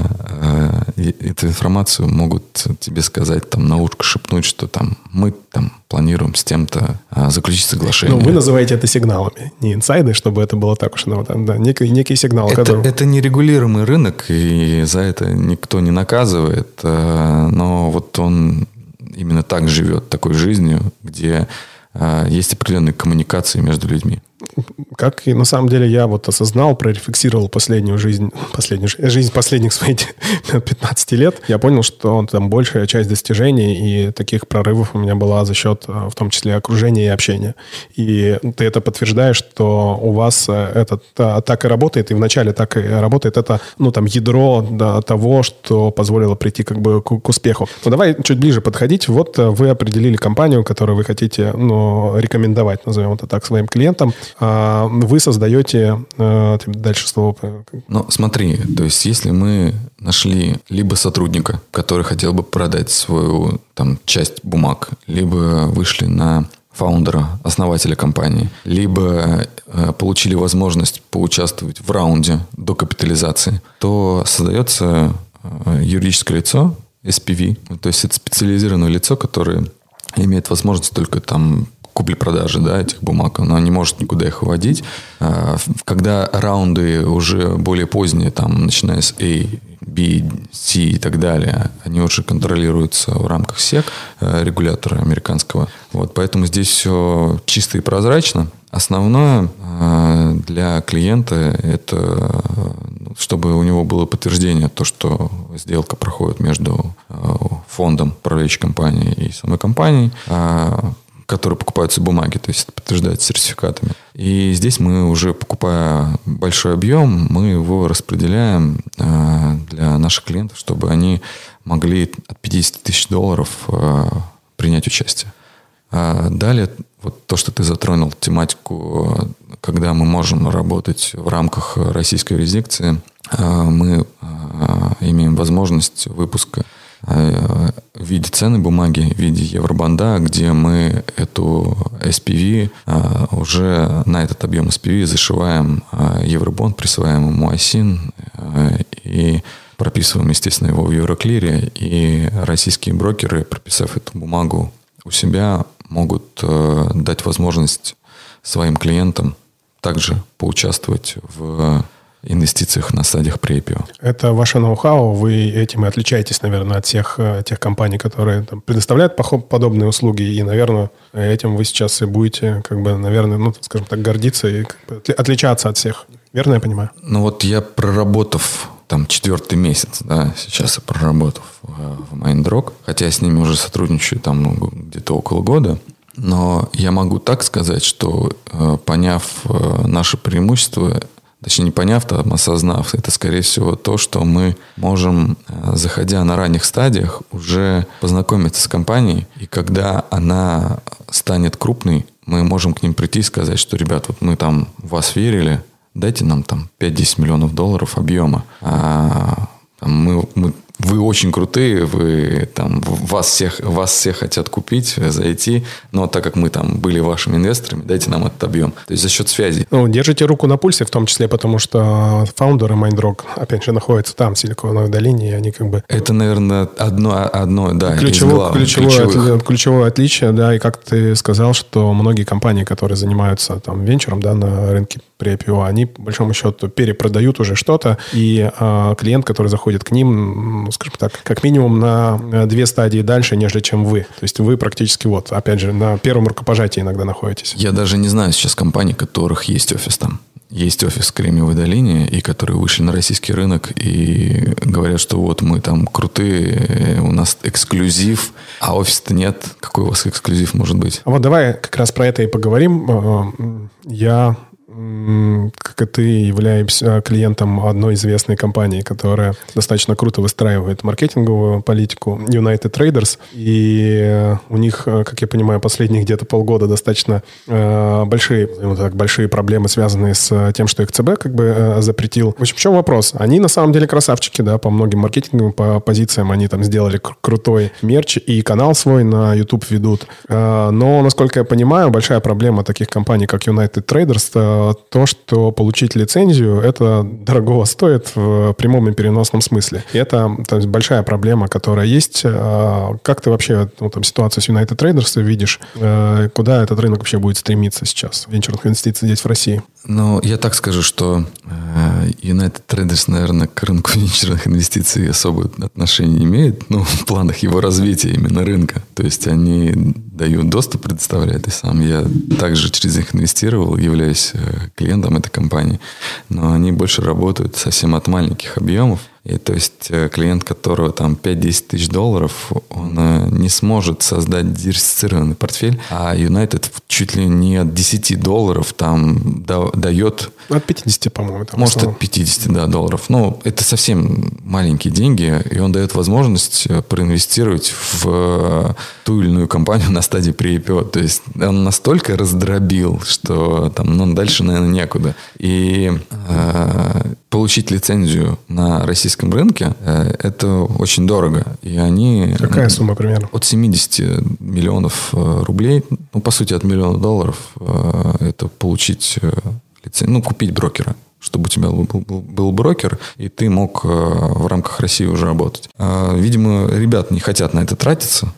э, эту информацию могут тебе сказать, там, на ушко шепнуть, что там мы там планируем с тем-то э, заключить соглашение. Ну, вы называете это сигналами, не инсайды, чтобы это было так уж, ну, там, да, некий, некий сигнал. Это, который... это нерегулируемый рынок, и за это никто не наказывает, э, но вот он именно так живет, такой жизнью, где э, есть определенные коммуникации между людьми. Как и на самом деле я вот осознал, прорефлексировал последнюю жизнь, последнюю жизнь последних своих пятнадцати лет, я понял, что там большая часть достижений и таких прорывов у меня была за счет, в том числе, окружения и общения. И ты это подтверждаешь, что у вас это так и работает, и вначале так и работает. Это, ну, там, ядро, да, того, что позволило прийти как бы к, к успеху. Ну, давай чуть ближе подходить. Вот вы определили компанию, которую вы хотите, ну, рекомендовать, назовем это так, своим клиентам. Вы создаете... Дальше слово... Ну, смотри, то есть если мы нашли либо сотрудника, который хотел бы продать свою там, часть бумаг, либо вышли на фаундера, основателя компании, либо э, получили возможность поучаствовать в раунде до капитализации, то создается э, юридическое лицо, эс пи ви, то есть это специализированное лицо, которое имеет возможность только там купли-продажи, да, этих бумаг, она не может никуда их выводить. Когда раунды уже более поздние, там, начиная с A, B, C и так далее, они уже контролируются в рамках сек, регулятора американского. Вот, поэтому здесь все чисто и прозрачно. Основное для клиента это, чтобы у него было подтверждение, то, что сделка проходит между фондом, управляющей компанией и самой компанией, которые покупаются бумаги, то есть это подтверждается сертификатами. И здесь мы уже, покупая большой объем, мы его распределяем э, для наших клиентов, чтобы они могли от пятьдесят тысяч долларов э, принять участие. А далее, вот то, что ты затронул, тематику, когда мы можем работать в рамках российской юрисдикции, э, мы э, имеем возможность выпуска в виде ценной бумаги, в виде евробонда, где мы эту эс пи ви уже на этот объем эс пи ви зашиваем евробонд, присваиваем ему айсин и прописываем, естественно, его в Евроклире. И российские брокеры, прописав эту бумагу у себя, могут дать возможность своим клиентам также поучаствовать в инвестициях на стадиях при ай пи о. Это ваше ноу-хау, вы этим и отличаетесь, наверное, от всех тех компаний, которые там предоставляют подобные услуги, и, наверное, этим вы сейчас и будете, как бы, наверное, ну, скажем так, гордиться и как бы отличаться от всех. Верно я понимаю? Ну вот я, проработав там четвертый месяц, да, сейчас я проработав в Майндрог, хотя я с ними уже сотрудничаю там ну, где-то около года, но я могу так сказать, что поняв наши преимущества, точнее не поняв, там, осознав, это, скорее всего, то, что мы можем, заходя на ранних стадиях, уже познакомиться с компанией, и когда она станет крупной, мы можем к ним прийти и сказать, что, ребят, вот мы там в вас верили, дайте нам там пять-десять миллионов долларов объема. А, там, мы, мы, вы очень крутые, вы, там, вас, всех, вас всех хотят купить, зайти, но так как мы там были вашими инвесторами, дайте нам этот объем. То есть за счет связи. Ну, держите руку на пульсе, в том числе, потому что фаундеры Майндрог, опять же, находятся там, в Силиконовой долине, и они как бы... Это, наверное, одно, одно да, ключевое, из глав, ключевое, от, ключевое отличие, да, и как ты сказал, что многие компании, которые занимаются там венчуром, да, на рынке при ай пи о, они, по большому счету, перепродают уже что-то, и а, клиент, который заходит к ним, ну, скажем так, как минимум на две стадии дальше, нежели чем вы. То есть вы практически, вот, опять же, на первом рукопожатии иногда находитесь. Я даже не знаю сейчас компаний, у которых есть офис там. Есть офис в Кремниевой долине, и которые вышли на российский рынок и говорят, что вот мы там крутые, у нас эксклюзив, а офиса-то нет. Какой у вас эксклюзив может быть? А вот давай как раз про это и поговорим. Я... как и ты, являюсь клиентом одной известной компании, которая достаточно круто выстраивает маркетинговую политику, United Traders. И у них, как я понимаю, последних где-то полгода достаточно э, большие, ну, так, большие проблемы, связанные с тем, что их ЦБ как бы э, запретил. В общем, в чем вопрос? Они на самом деле красавчики, да, по многим маркетинговым по позициям. Они там сделали кр- крутой мерч и канал свой на YouTube ведут. Э, но, насколько я понимаю, большая проблема таких компаний, как United Traders, э, то, что получить лицензию, это дорого стоит в прямом и переносном смысле. И это, то есть, большая проблема, которая есть. Как ты вообще, ну, там, ситуацию с United Traders видишь? Куда этот рынок вообще будет стремиться сейчас, венчурных инвестиций здесь в России? Ну, я так скажу, что United Traders, наверное, к рынку венчурных инвестиций особо отношения не имеет, ну, в планах его развития именно рынка. То есть они дают доступ, предоставляют, и сам я также через них инвестировал, являюсь клиентом этой компании, но они больше работают совсем от маленьких объемов. И то есть клиент, которого там пять-десять тысяч долларов, он не сможет создать диверсифицированный портфель, а United чуть ли не от десяти долларов там да, дает... От пятидесяти, по-моему. Там может, от пятидесяти, да, долларов. Ну, это совсем маленькие деньги, и он дает возможность проинвестировать в ту или иную компанию на стадии при ай пи о. То есть он настолько раздробил, что там, ну, дальше, наверное, некуда. И э, получить лицензию на российском рынке э, это очень дорого. И они... Какая сумма примерно? От семидесяти миллионов э, рублей, ну, по сути, от миллиона долларов, э, это получить э, лицензию, ну, купить брокера, чтобы у тебя был, был, был брокер, и ты мог э, в рамках России уже работать. Э, видимо, ребята не хотят на это тратиться.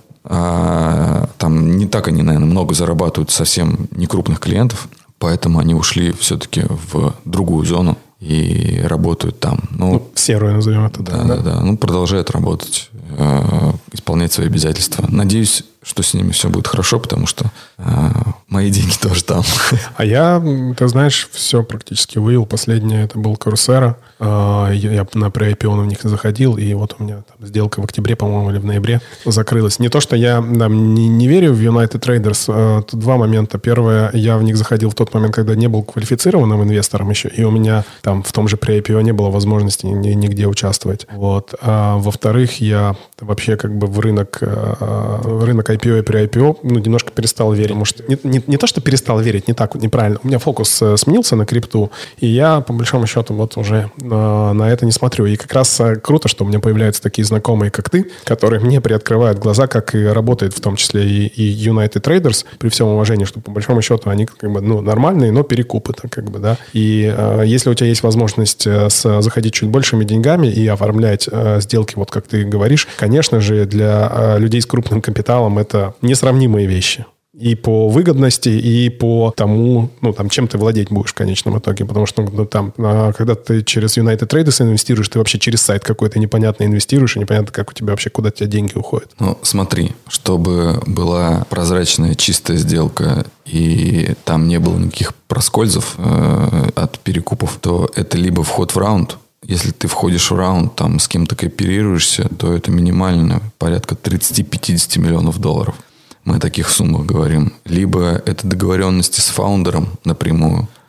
А, там не так они, наверное, много зарабатывают совсем не крупных клиентов, поэтому они ушли все-таки в другую зону и работают там. Ну, ну серую назовем это. Да, да, да, да. Ну, продолжают работать, э, исполнять свои обязательства. Надеюсь, что с ними все будет хорошо, потому что э, мои деньги тоже там. А я, ты знаешь, все практически вывел. Последнее это был Coursera. Э, я на при ай пи о в них заходил, и вот у меня там сделка в октябре, по-моему, или в ноябре закрылась. Не то, что я там, не, не верю в United Traders. Э, тут два момента. Первое, я в них заходил в тот момент, когда не был квалифицированным инвестором еще, и у меня там в том же при ай пи о не было возможности нигде участвовать. Вот. А во-вторых, я вообще как бы в рынок, в рынок ай пи о и при ай пи о ну, немножко перестал верить. Может, не, не, не то, что перестал верить, не так, неправильно. У меня фокус сменился на крипту, и я, по большому счету, вот уже на, на это не смотрю. И как раз круто, что у меня появляются такие знакомые, как ты, которые мне приоткрывают глаза, как и работает в том числе и, и United Traders, при всем уважении, что по большому счету они как бы, ну, нормальные, но перекупы. Так, как бы, да. И э, если у тебя есть возможность э, с, заходить чуть большими деньгами и оформлять э, сделки, вот как ты говоришь, конечно же, для э, людей с крупным капиталом это несравнимые вещи. И по выгодности, и по тому, ну, там, чем ты владеть будешь в конечном итоге. Потому что, ну, там, когда ты через United Traders инвестируешь, ты вообще через сайт какой-то непонятно инвестируешь, и непонятно, как у тебя вообще, куда у тебя деньги уходят. Ну, смотри, чтобы была прозрачная, чистая сделка, и там не было никаких проскользов э, от перекупов, то это либо вход в раунд. Если ты входишь в раунд, там, с кем-то кооперируешься, то это минимально порядка тридцать-пятьдесят миллионов долларов. Мы о таких суммах говорим. Либо это договоренности с фаундером напрямую.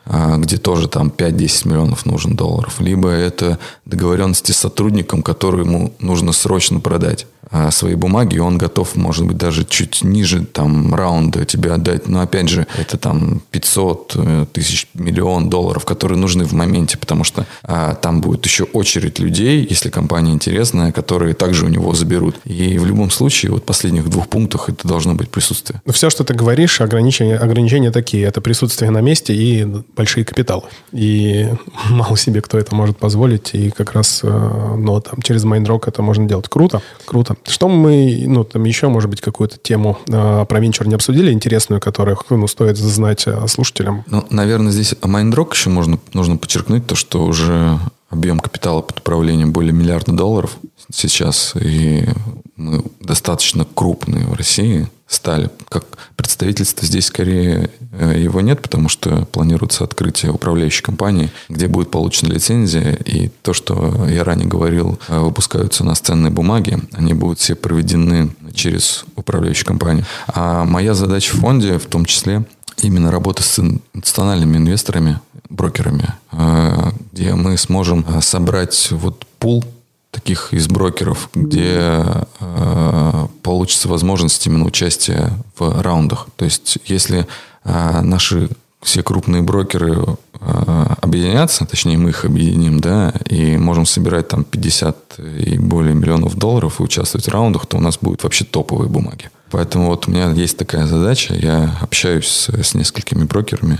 где тоже там пять-десять миллионов нужен долларов. Либо это договоренности с сотрудником, которому нужно срочно продать свои бумаги, и он готов, может быть, даже чуть ниже там раунда тебе отдать. Но опять же, это там пятьсот тысяч, миллион долларов, которые нужны в моменте, потому что а, там будет еще очередь людей, если компания интересная, которые также у него заберут. И в любом случае, вот в последних двух пунктах это должно быть присутствие. Все, что ты говоришь, ограничения, ограничения такие. Это присутствие на месте и большие капиталы. И мало себе кто это может позволить. И как раз ну, там, через Майндрок это можно делать. Круто, круто. Что мы, ну, там еще, может быть, какую-то тему э, про венчур не обсудили, интересную, которую ну, стоит знать слушателям? Ну, наверное, здесь о Майндрок еще можно, нужно подчеркнуть то, что уже объем капитала под управлением более миллиарда долларов сейчас, и мы достаточно крупные в России стали. Как представительство здесь скорее его нет, потому что планируется открытие управляющей компании, где будет получена лицензия, и то, что я ранее говорил, выпускаются у нас ценные бумаги, они будут все проведены через управляющую компанию. А моя задача в фонде, в том числе, именно работа с институциональными инвесторами, брокерами, где мы сможем собрать вот пул таких из брокеров, где э, получится возможность именно участия в раундах. То есть, если э, наши все крупные брокеры э, объединятся, точнее, мы их объединим, да, и можем собирать там пятьдесят и более миллионов долларов и участвовать в раундах, то у нас будут вообще топовые бумаги. Поэтому вот у меня есть такая задача. Я общаюсь с, с несколькими брокерами,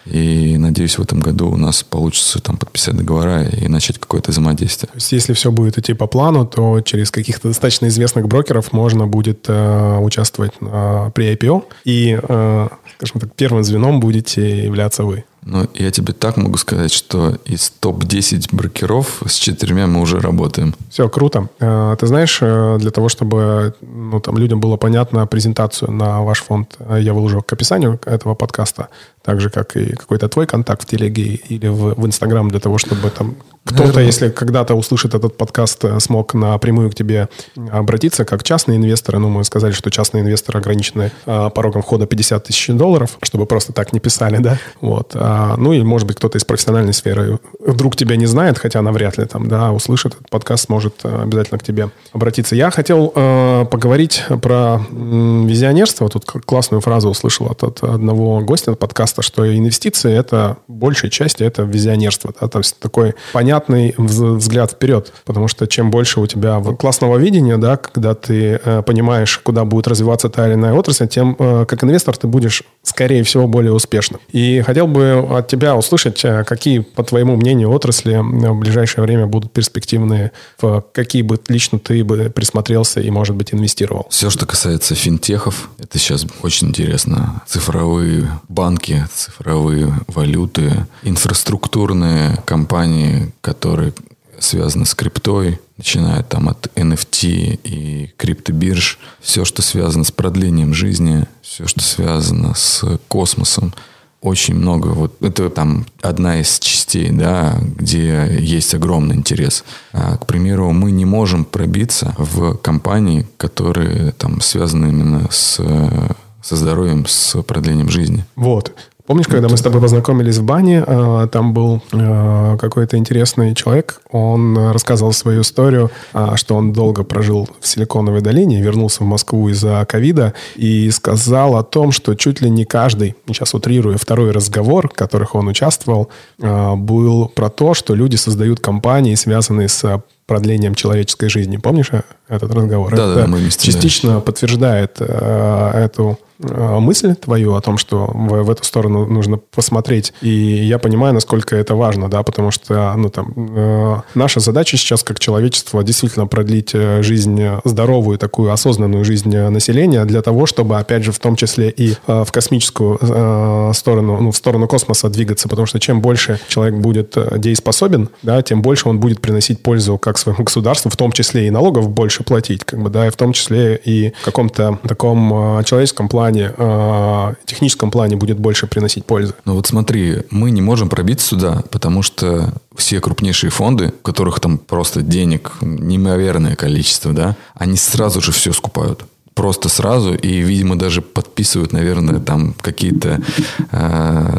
и надеюсь, в этом году у нас получится там подписать договора и начать какое-то взаимодействие. То есть, если все будет идти по плану, то через каких-то достаточно известных брокеров можно будет э, участвовать э, при ай пи о, и, э, скажем так, первым звеном будете являться вы. Ну, я тебе так могу сказать, что из топ десять брокеров с четырьмя мы уже работаем. Все, круто. Ты знаешь, для того, чтобы ну, там, людям было понятно презентацию на ваш фонд, я выложу к описанию этого подкаста, так же, как и какой-то твой контакт в телеге или в, в Инстаграм, для того, чтобы там кто-то, Наверное. если когда-то услышит этот подкаст, смог напрямую к тебе обратиться, как частные инвесторы. Ну, мы сказали, что частные инвесторы ограничены порогом входа пятьдесят тысяч долларов, чтобы просто так не писали, да? Вот. Ну, и, может быть, кто-то из профессиональной сферы вдруг тебя не знает, хотя навряд ли там, да, услышит этот подкаст, сможет обязательно к тебе обратиться. Я хотел э, поговорить про м, визионерство. Тут классную фразу услышал от, от одного гостя подкаста, что инвестиции – это большей части это визионерство. Да? То есть такой понятный взгляд вперед. Потому что чем больше у тебя классного видения, да, когда ты э, понимаешь, куда будет развиваться та или иная отрасль, тем э, как инвестор ты будешь, скорее всего, более успешным. И хотел бы от тебя услышать, какие, по твоему мнению, отрасли в ближайшее время будут перспективные, в какие бы лично ты бы присмотрелся и, может быть, инвестировал. Все, что касается финтехов, это сейчас очень интересно. Цифровые банки, цифровые валюты, инфраструктурные компании, которые связаны с криптой, начиная там от эн эф ти и криптобирж, все, что связано с продлением жизни, все, что связано с космосом. Очень много. Вот это там одна из частей, да, где есть огромный интерес. А, к примеру, мы не можем пробиться в компании, которые там связаны именно с, со здоровьем, с продлением жизни. Вот. Помнишь, когда мы с тобой познакомились в бане, там был какой-то интересный человек, он рассказывал свою историю, что он долго прожил в Силиконовой долине, вернулся в Москву из-за ковида и сказал о том, что чуть ли не каждый, сейчас утрируя, второй разговор, в которых он участвовал, был про то, что люди создают компании, связанные с продлением человеческой жизни. Помнишь этот разговор? Да, Это да, мы вместе, частично да. подтверждает э, эту э, мысль твою о том, что в, в эту сторону нужно посмотреть. И я понимаю, насколько это важно, да, потому что ну, там, э, наша задача сейчас, как человечество, действительно продлить жизнь здоровую, такую осознанную жизнь населения для того, чтобы, опять же, в том числе и э, в космическую э, сторону, ну, в сторону космоса двигаться, потому что чем больше человек будет дееспособен, да, тем больше он будет приносить пользу как своему государству, в том числе и налогов больше платить, как бы, да, и в том числе и в каком-то таком э, человеческом плане, э, техническом плане будет больше приносить пользы. Ну вот смотри, мы не можем пробиться сюда, потому что все крупнейшие фонды, у которых там просто денег неимоверное количество, да, они сразу же все скупают. Просто сразу, и, видимо, даже подписывают, наверное, там какие-то э,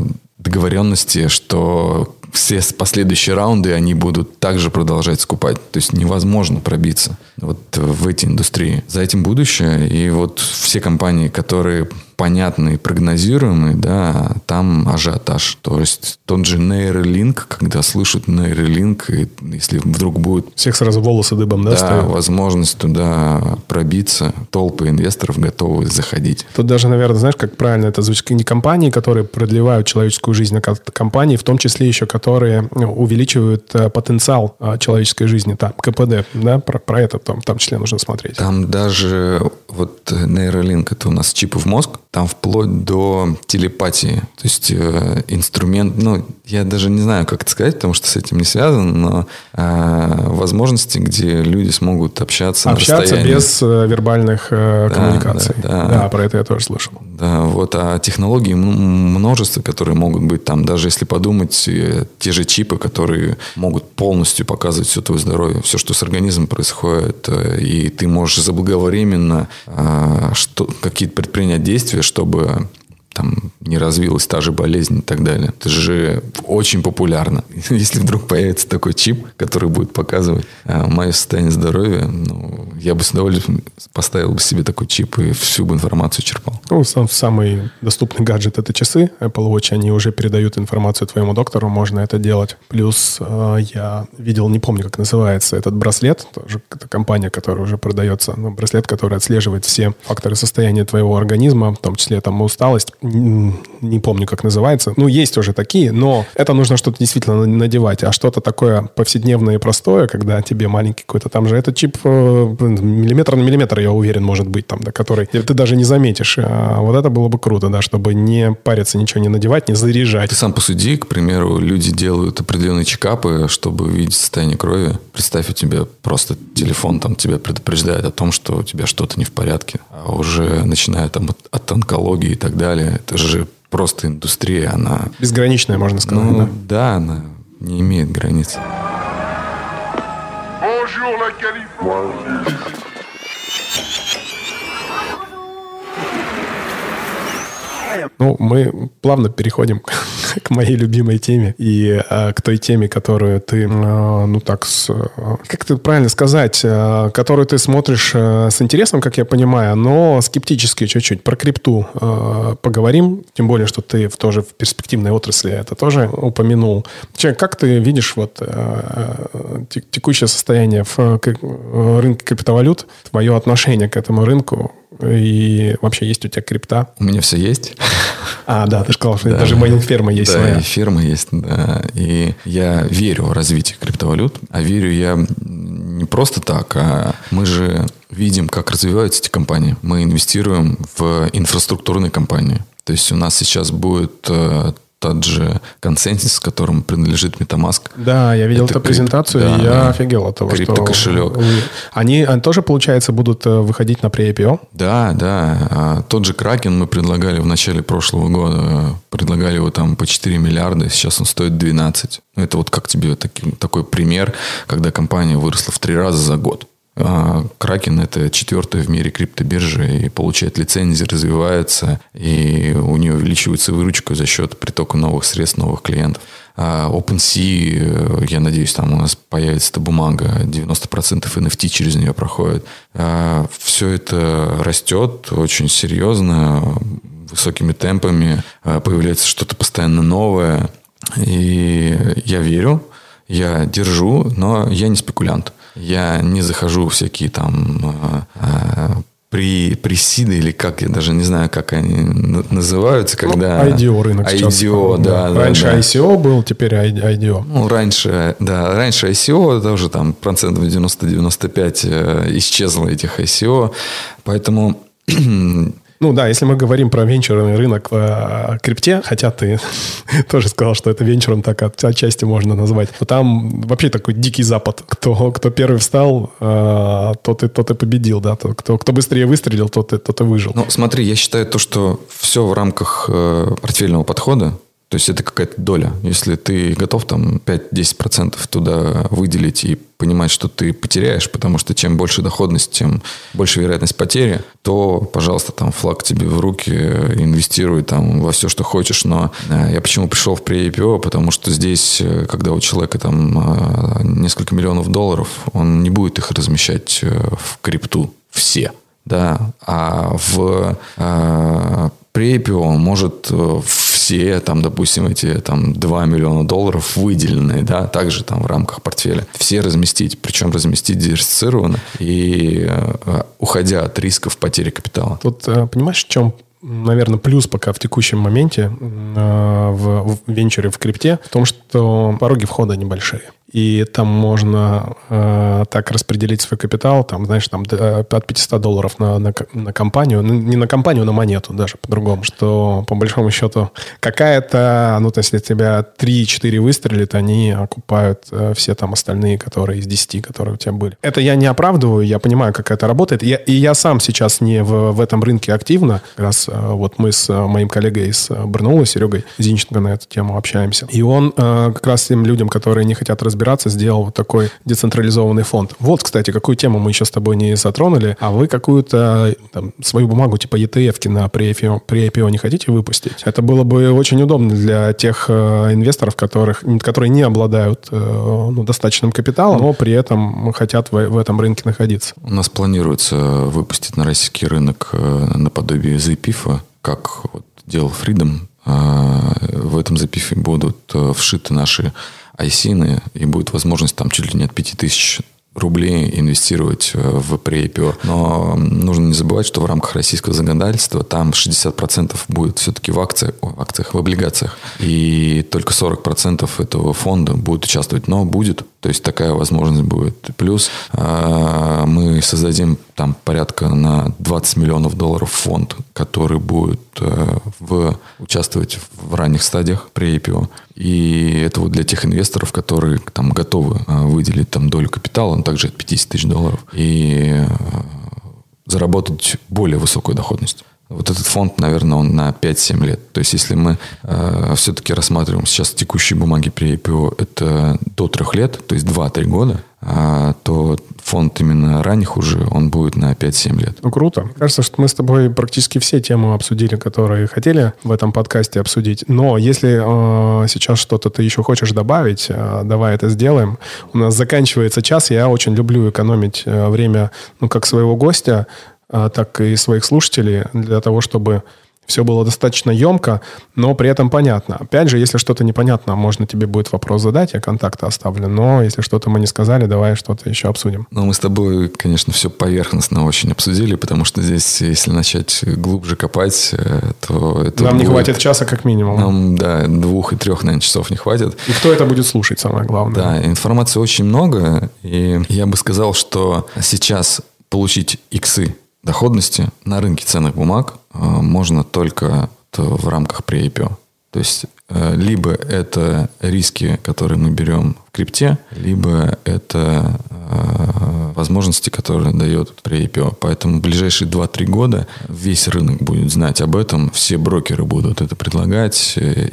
договоренности, что все последующие раунды они будут также продолжать скупать. То есть невозможно пробиться вот в эти индустрии. За этим будущее. И вот все компании, которые понятные и прогнозируемые, да, там ажиотаж. То есть тот же Neuralink, когда слышат Neuralink, и если вдруг будет... Всех сразу волосы дыбом, да, Да, стоят? возможность туда пробиться. Толпы инвесторов готовы заходить. Тут даже, наверное, знаешь, как правильно это звучит, не компании, которые продлевают человеческую жизнь, а компании, в том числе еще, которые увеличивают потенциал человеческой жизни. Там, ка пэ дэ, да, про, про это в том, в том числе нужно смотреть. Там даже вот Neuralink, это у нас чипы в мозг, там вплоть до телепатии. То есть э, инструмент, ну, я даже не знаю, как это сказать, потому что с этим не связано, но э, возможности, где люди смогут общаться, общаться на расстоянии. без э, вербальных э, да, коммуникаций. Да, да. да, про это я тоже слышал. Да, вот, а технологий множество, которые могут быть там, даже если подумать, те же чипы, которые могут полностью показывать все твое здоровье, все, что с организмом происходит, и ты можешь заблаговременно э, что, какие-то предпринять действия, чтобы там не развилась та же болезнь и так далее. Это же очень популярно. Если вдруг появится такой чип, который будет показывать э, мое состояние здоровья, ну, я бы с удовольствием поставил бы себе такой чип и всю бы информацию черпал. Ну, сам, самый доступный гаджет – это часы Apple Watch. Они уже передают информацию твоему доктору, можно это делать. Плюс э, я видел, не помню, как называется этот браслет. Тоже это компания, которая уже продается. Ну, браслет, который отслеживает все факторы состояния твоего организма, в том числе там усталость. Не помню, как называется. Ну, есть уже такие, но это нужно что-то действительно надевать. А что-то такое повседневное и простое, когда тебе маленький какой-то там же этот чип миллиметр на миллиметр, я уверен, может быть, там, да, который ты даже не заметишь. А вот это было бы круто, да, чтобы не париться, ничего не надевать, не заряжать. Ты сам посуди, к примеру, люди делают определенные чекапы, чтобы увидеть состояние крови. Представь, у тебя просто телефон там тебя предупреждает о том, что у тебя что-то не в порядке. А уже начиная там от, от онкологии и так далее. Это же просто индустрия, она... Безграничная, можно сказать. Ну, да? да, она не имеет границ. Ну, мы плавно переходим к моей любимой теме и а, к той теме, которую ты, а, ну так, с, а, как это правильно сказать, а, которую ты смотришь а, с интересом, как я понимаю, но скептически чуть-чуть. Про крипту а, поговорим, тем более, что ты в, тоже в перспективной отрасли это тоже упомянул. Че, как ты видишь вот а, текущее состояние в, в рынке криптовалют, твое отношение к этому рынку? И вообще есть у тебя крипта? У меня все есть. А, да, ты сказал, что да. даже моя ферма есть да, своя. Да, и ферма есть, да. И я верю в развитие криптовалют. А верю я не просто так, а мы же видим, как развиваются эти компании. Мы инвестируем в инфраструктурные компании. То есть у нас сейчас будет... тот же консенсус, которому принадлежит MetaMask. Да, я видел эту презентацию, да, и я офигел от того, криптокошелек. что... Они, они тоже, получается, будут выходить на pre-ай пи о? Да, да. Тот же Kraken мы предлагали в начале прошлого года. Предлагали его там по четыре миллиарда, сейчас он стоит двенадцать. Это вот как тебе таки, такой пример, когда компания выросла в три раза за год. Кракен – это четвертая в мире криптобиржа и получает лицензии, развивается, и у нее увеличивается выручка за счет притока новых средств, новых клиентов. А OpenSea, я надеюсь, там у нас появится эта бумага, девяносто процентов эн эф ти через нее проходит. Все это растет очень серьезно, высокими темпами, появляется что-то постоянно новое. И я верю, я держу, но я не спекулянт. Я не захожу в всякие там э, при, пресиды, или как, я даже не знаю, как они называются, когда... Ну, ай ди о рынок ай ди о, сейчас. да, да. Раньше да. ай си о был, теперь ай ди о. Ну, раньше, да, раньше ай си о, тоже там процентов девяносто-девяносто пять исчезло этих ай си о, поэтому... Ну да, если мы говорим про венчурный рынок в крипте, хотя ты тоже сказал, что это венчуром так от, отчасти можно назвать, то там вообще такой дикий запад. Кто, кто первый встал, э, тот, и, тот и победил, да. Тот, кто, кто быстрее выстрелил, тот и, тот и выжил. Ну, смотри, я считаю то, что все в рамках э, портфельного подхода. То есть это какая-то доля. Если ты готов там пять-десять процентов туда выделить и понимать, что ты потеряешь, потому что чем больше доходность, тем больше вероятность потери, то, пожалуйста, там флаг тебе в руки, инвестируй там во все, что хочешь. Но я почему пришел в pre-ай пи о? Потому что здесь, когда у человека там несколько миллионов долларов, он не будет их размещать в крипту все. Да, а в э, pre-ай пи о может все, там, допустим, эти там, два миллиона долларов выделенные, да, также там в рамках портфеля, все разместить, причем разместить диверсифицированно и э, уходя от рисков потери капитала. Тут, понимаешь, в чем, наверное, плюс пока в текущем моменте э, в, в венчуре, в крипте, в том, что пороги входа небольшие. И там можно э, так распределить свой капитал, там, знаешь, там от пятьсот долларов на, на, на компанию, не на компанию, на монету даже по-другому, что по большому счету какая-то, ну, то есть, если тебя три-четыре выстрелит, они окупают э, все там остальные, которые из десяти, которые у тебя были. Это я не оправдываю, я понимаю, как это работает. Я, и я сам сейчас не в, в этом рынке активно. Как раз э, вот мы с моим коллегой из Барнаула, Серегой Зинченко, на эту тему общаемся. И он э, как раз тем людям, которые не хотят разбираться, сделал вот такой децентрализованный фонд. Вот, кстати, какую тему мы еще с тобой не затронули, а вы какую-то там, свою бумагу типа и ти эф-ки на pre-ай пи о не хотите выпустить? Это было бы очень удобно для тех э, инвесторов, которых, которые не обладают э, ну, достаточным капиталом, но при этом хотят в, в этом рынке находиться. У нас планируется выпустить на российский рынок э, наподобие зэйпифа, как вот делал Freedom. Э, в этом зэйпифе будут э, вшиты наши айсины, и будет возможность там чуть ли не от пяти тысяч рублей инвестировать в pre-ай пи о. Но нужно не забывать, что в рамках российского законодательства там шестьдесят процентов будет все-таки в акциях, в акциях, в облигациях. И только сорок процентов этого фонда будет участвовать. Но будет. То есть такая возможность будет. Плюс э, мы создадим там порядка на двадцать миллионов долларов фонд, который будет э, в, участвовать в ранних стадиях pre-ай пи о. И это вот для тех инвесторов, которые там готовы э, выделить там долю капитала, но также от пятьдесят тысяч долларов, и э, заработать более высокую доходность. Вот этот фонд, наверное, он на пять-семь лет. То есть, если мы э, все-таки рассматриваем сейчас текущие бумаги pre-ай пи о, это до трех лет, то есть два-три года, э, то фонд именно ранних уже, он будет на пять-семь лет. Ну, круто. Мне кажется, что мы с тобой практически все темы обсудили, которые хотели в этом подкасте обсудить. Но если э, сейчас что-то ты еще хочешь добавить, э, давай это сделаем. У нас заканчивается час. Я очень люблю экономить э, время, ну, как своего гостя, так и своих слушателей, для того, чтобы все было достаточно емко, но при этом понятно. Опять же, если что-то непонятно, можно тебе будет вопрос задать, я контакты оставлю. Но если что-то мы не сказали, давай что-то еще обсудим. Ну, мы с тобой, конечно, все поверхностно очень обсудили, потому что здесь, если начать глубже копать, то это Нам будет... не хватит часа как минимум. Нам, да, двух и трех, наверное, часов не хватит. И кто это будет слушать, самое главное. Да, информации очень много, и я бы сказал, что сейчас получить иксы доходности на рынке ценных бумаг э, можно только в рамках pre-ай пи о. То есть, э, либо это риски, которые мы берем в крипте, либо это э, возможности, которые дает pre-ай пи о. Поэтому в ближайшие два-три года весь рынок будет знать об этом, все брокеры будут это предлагать,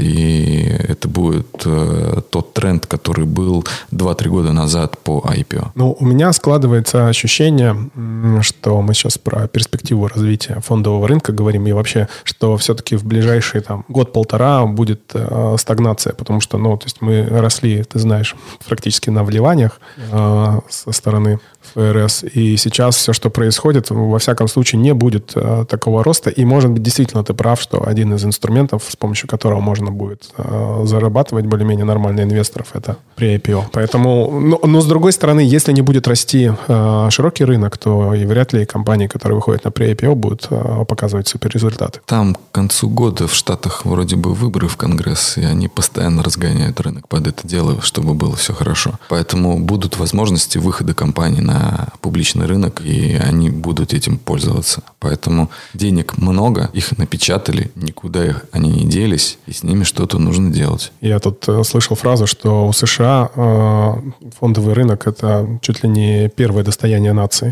и это будет э, тот тренд, который был два-три года назад по ай пи о. Ну, у меня складывается ощущение, что мы сейчас про перспективу развития фондового рынка говорим, и вообще, что все-таки в ближайшие там, год-полтора будет э, стагнация, потому что, ну, то есть мы росли, ты знаешь, практически на вливаниях э, со стороны эф эр эс, и сейчас все, что происходит, во всяком случае, не будет э, такого роста, и, может быть, действительно ты прав, что один из инструментов, с помощью которого можно будет э, зарабатывать более-менее нормально инвесторов, это pre-ай пи о. Поэтому, но, но с другой стороны, если не будет расти э, широкий рынок, то и вряд ли компании, которые выходят на pre-ай пи о, будут э, показывать суперрезультаты. Там к концу года в Штатах вроде бы выборы в Конгресс, и они постоянно разгоняют рынок под это дело, чтобы было все хорошо. Поэтому будут возможности выхода компаний на публичный рынок, и они будут этим пользоваться. Поэтому денег много, их напечатали, никуда их они не делись, и с ними что-то нужно делать. Я тут э, слышал фразу, что у США э, фондовый рынок – это чуть ли не первое достояние нации.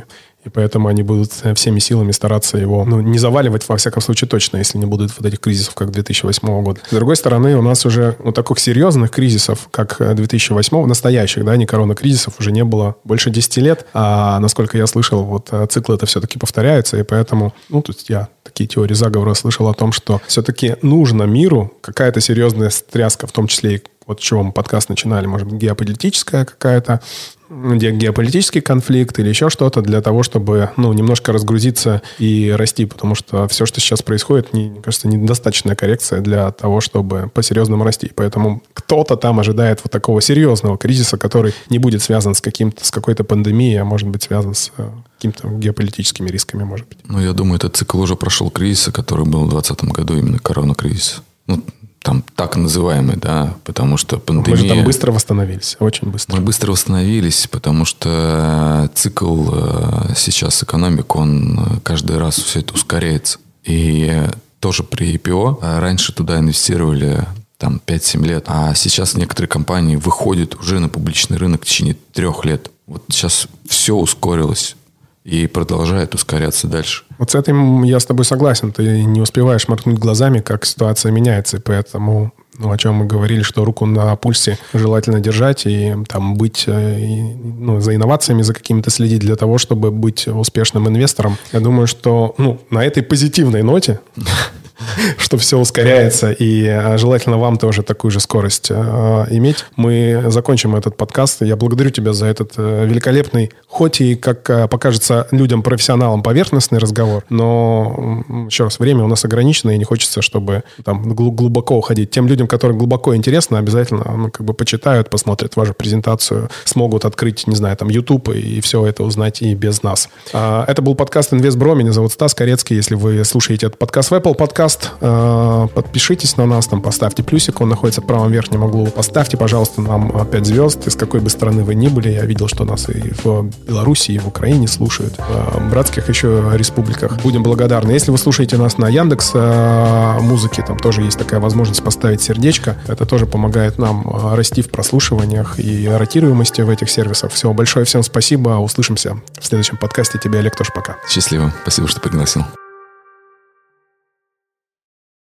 и поэтому они будут всеми силами стараться его, ну, не заваливать, во всяком случае, точно, если не будет вот этих кризисов, как две тысячи восьмого года. С другой стороны, у нас уже вот таких серьезных кризисов, как две тысячи восьмого, настоящих, да, не коронакризисов, уже не было больше десяти лет, а, насколько я слышал, вот циклы это все-таки повторяются, и поэтому, ну, тут я такие теории заговора слышал о том, что все-таки нужно миру какая-то серьезная стряска, в том числе и вот с чего мы подкаст начинали, может быть, геополитическая какая-то, геополитический конфликт или еще что-то для того, чтобы, ну, немножко разгрузиться и расти, потому что все, что сейчас происходит, не, мне кажется, недостаточная коррекция для того, чтобы по-серьезному расти. Поэтому кто-то там ожидает вот такого серьезного кризиса, который не будет связан с каким-то, с какой-то пандемией, а может быть связан с какими-то геополитическими рисками, может быть. Ну, я думаю, этот цикл уже прошел кризиса, который был в двадцатом году, именно коронакризис. Ну, там так называемый, да, потому что пандемия... Мы же там быстро восстановились, очень быстро. Мы быстро восстановились, потому что цикл сейчас экономик, он каждый раз все это ускоряется. И тоже при ай пи о раньше туда инвестировали там пять-семь лет, а сейчас некоторые компании выходят уже на публичный рынок в течение трех лет. Вот сейчас все ускорилось. И продолжает ускоряться дальше. Вот с этим я с тобой согласен. Ты не успеваешь моргнуть глазами, как ситуация меняется. И поэтому, ну, о чем мы говорили, что руку на пульсе желательно держать и там быть, и, ну, за инновациями, за какими-то следить для того, чтобы быть успешным инвестором. Я думаю, что, ну, на этой позитивной ноте... что все ускоряется, и желательно вам тоже такую же скорость э, иметь. Мы закончим этот подкаст. Я благодарю тебя за этот э, великолепный, хоть и, как э, покажется людям, профессионалам, поверхностный разговор, но, э, еще раз, время у нас ограничено, и не хочется, чтобы там гл- глубоко уходить. Тем людям, которым глубоко интересно, обязательно, ну, как бы почитают, посмотрят вашу презентацию, смогут открыть, не знаю, там, YouTube и все это узнать и без нас. Э, это был подкаст «Инвестбро». Меня зовут Стас Корецкий. Если вы слушаете этот подкаст в Apple Podcast, подпишитесь на нас, там поставьте плюсик, он находится в правом верхнем углу. Поставьте, пожалуйста, нам пять звезд, из какой бы страны вы ни были. Я видел, что нас и в Беларуси, и в Украине слушают, в братских еще республиках. Будем благодарны. Если вы слушаете нас на Яндекс Музыке, там тоже есть такая возможность поставить сердечко. Это тоже помогает нам расти в прослушиваниях и ротируемости в этих сервисах. Всего большое всем спасибо. Услышимся в следующем подкасте. Тебе, Олег, тоже пока. Счастливо. Спасибо, что пригласил.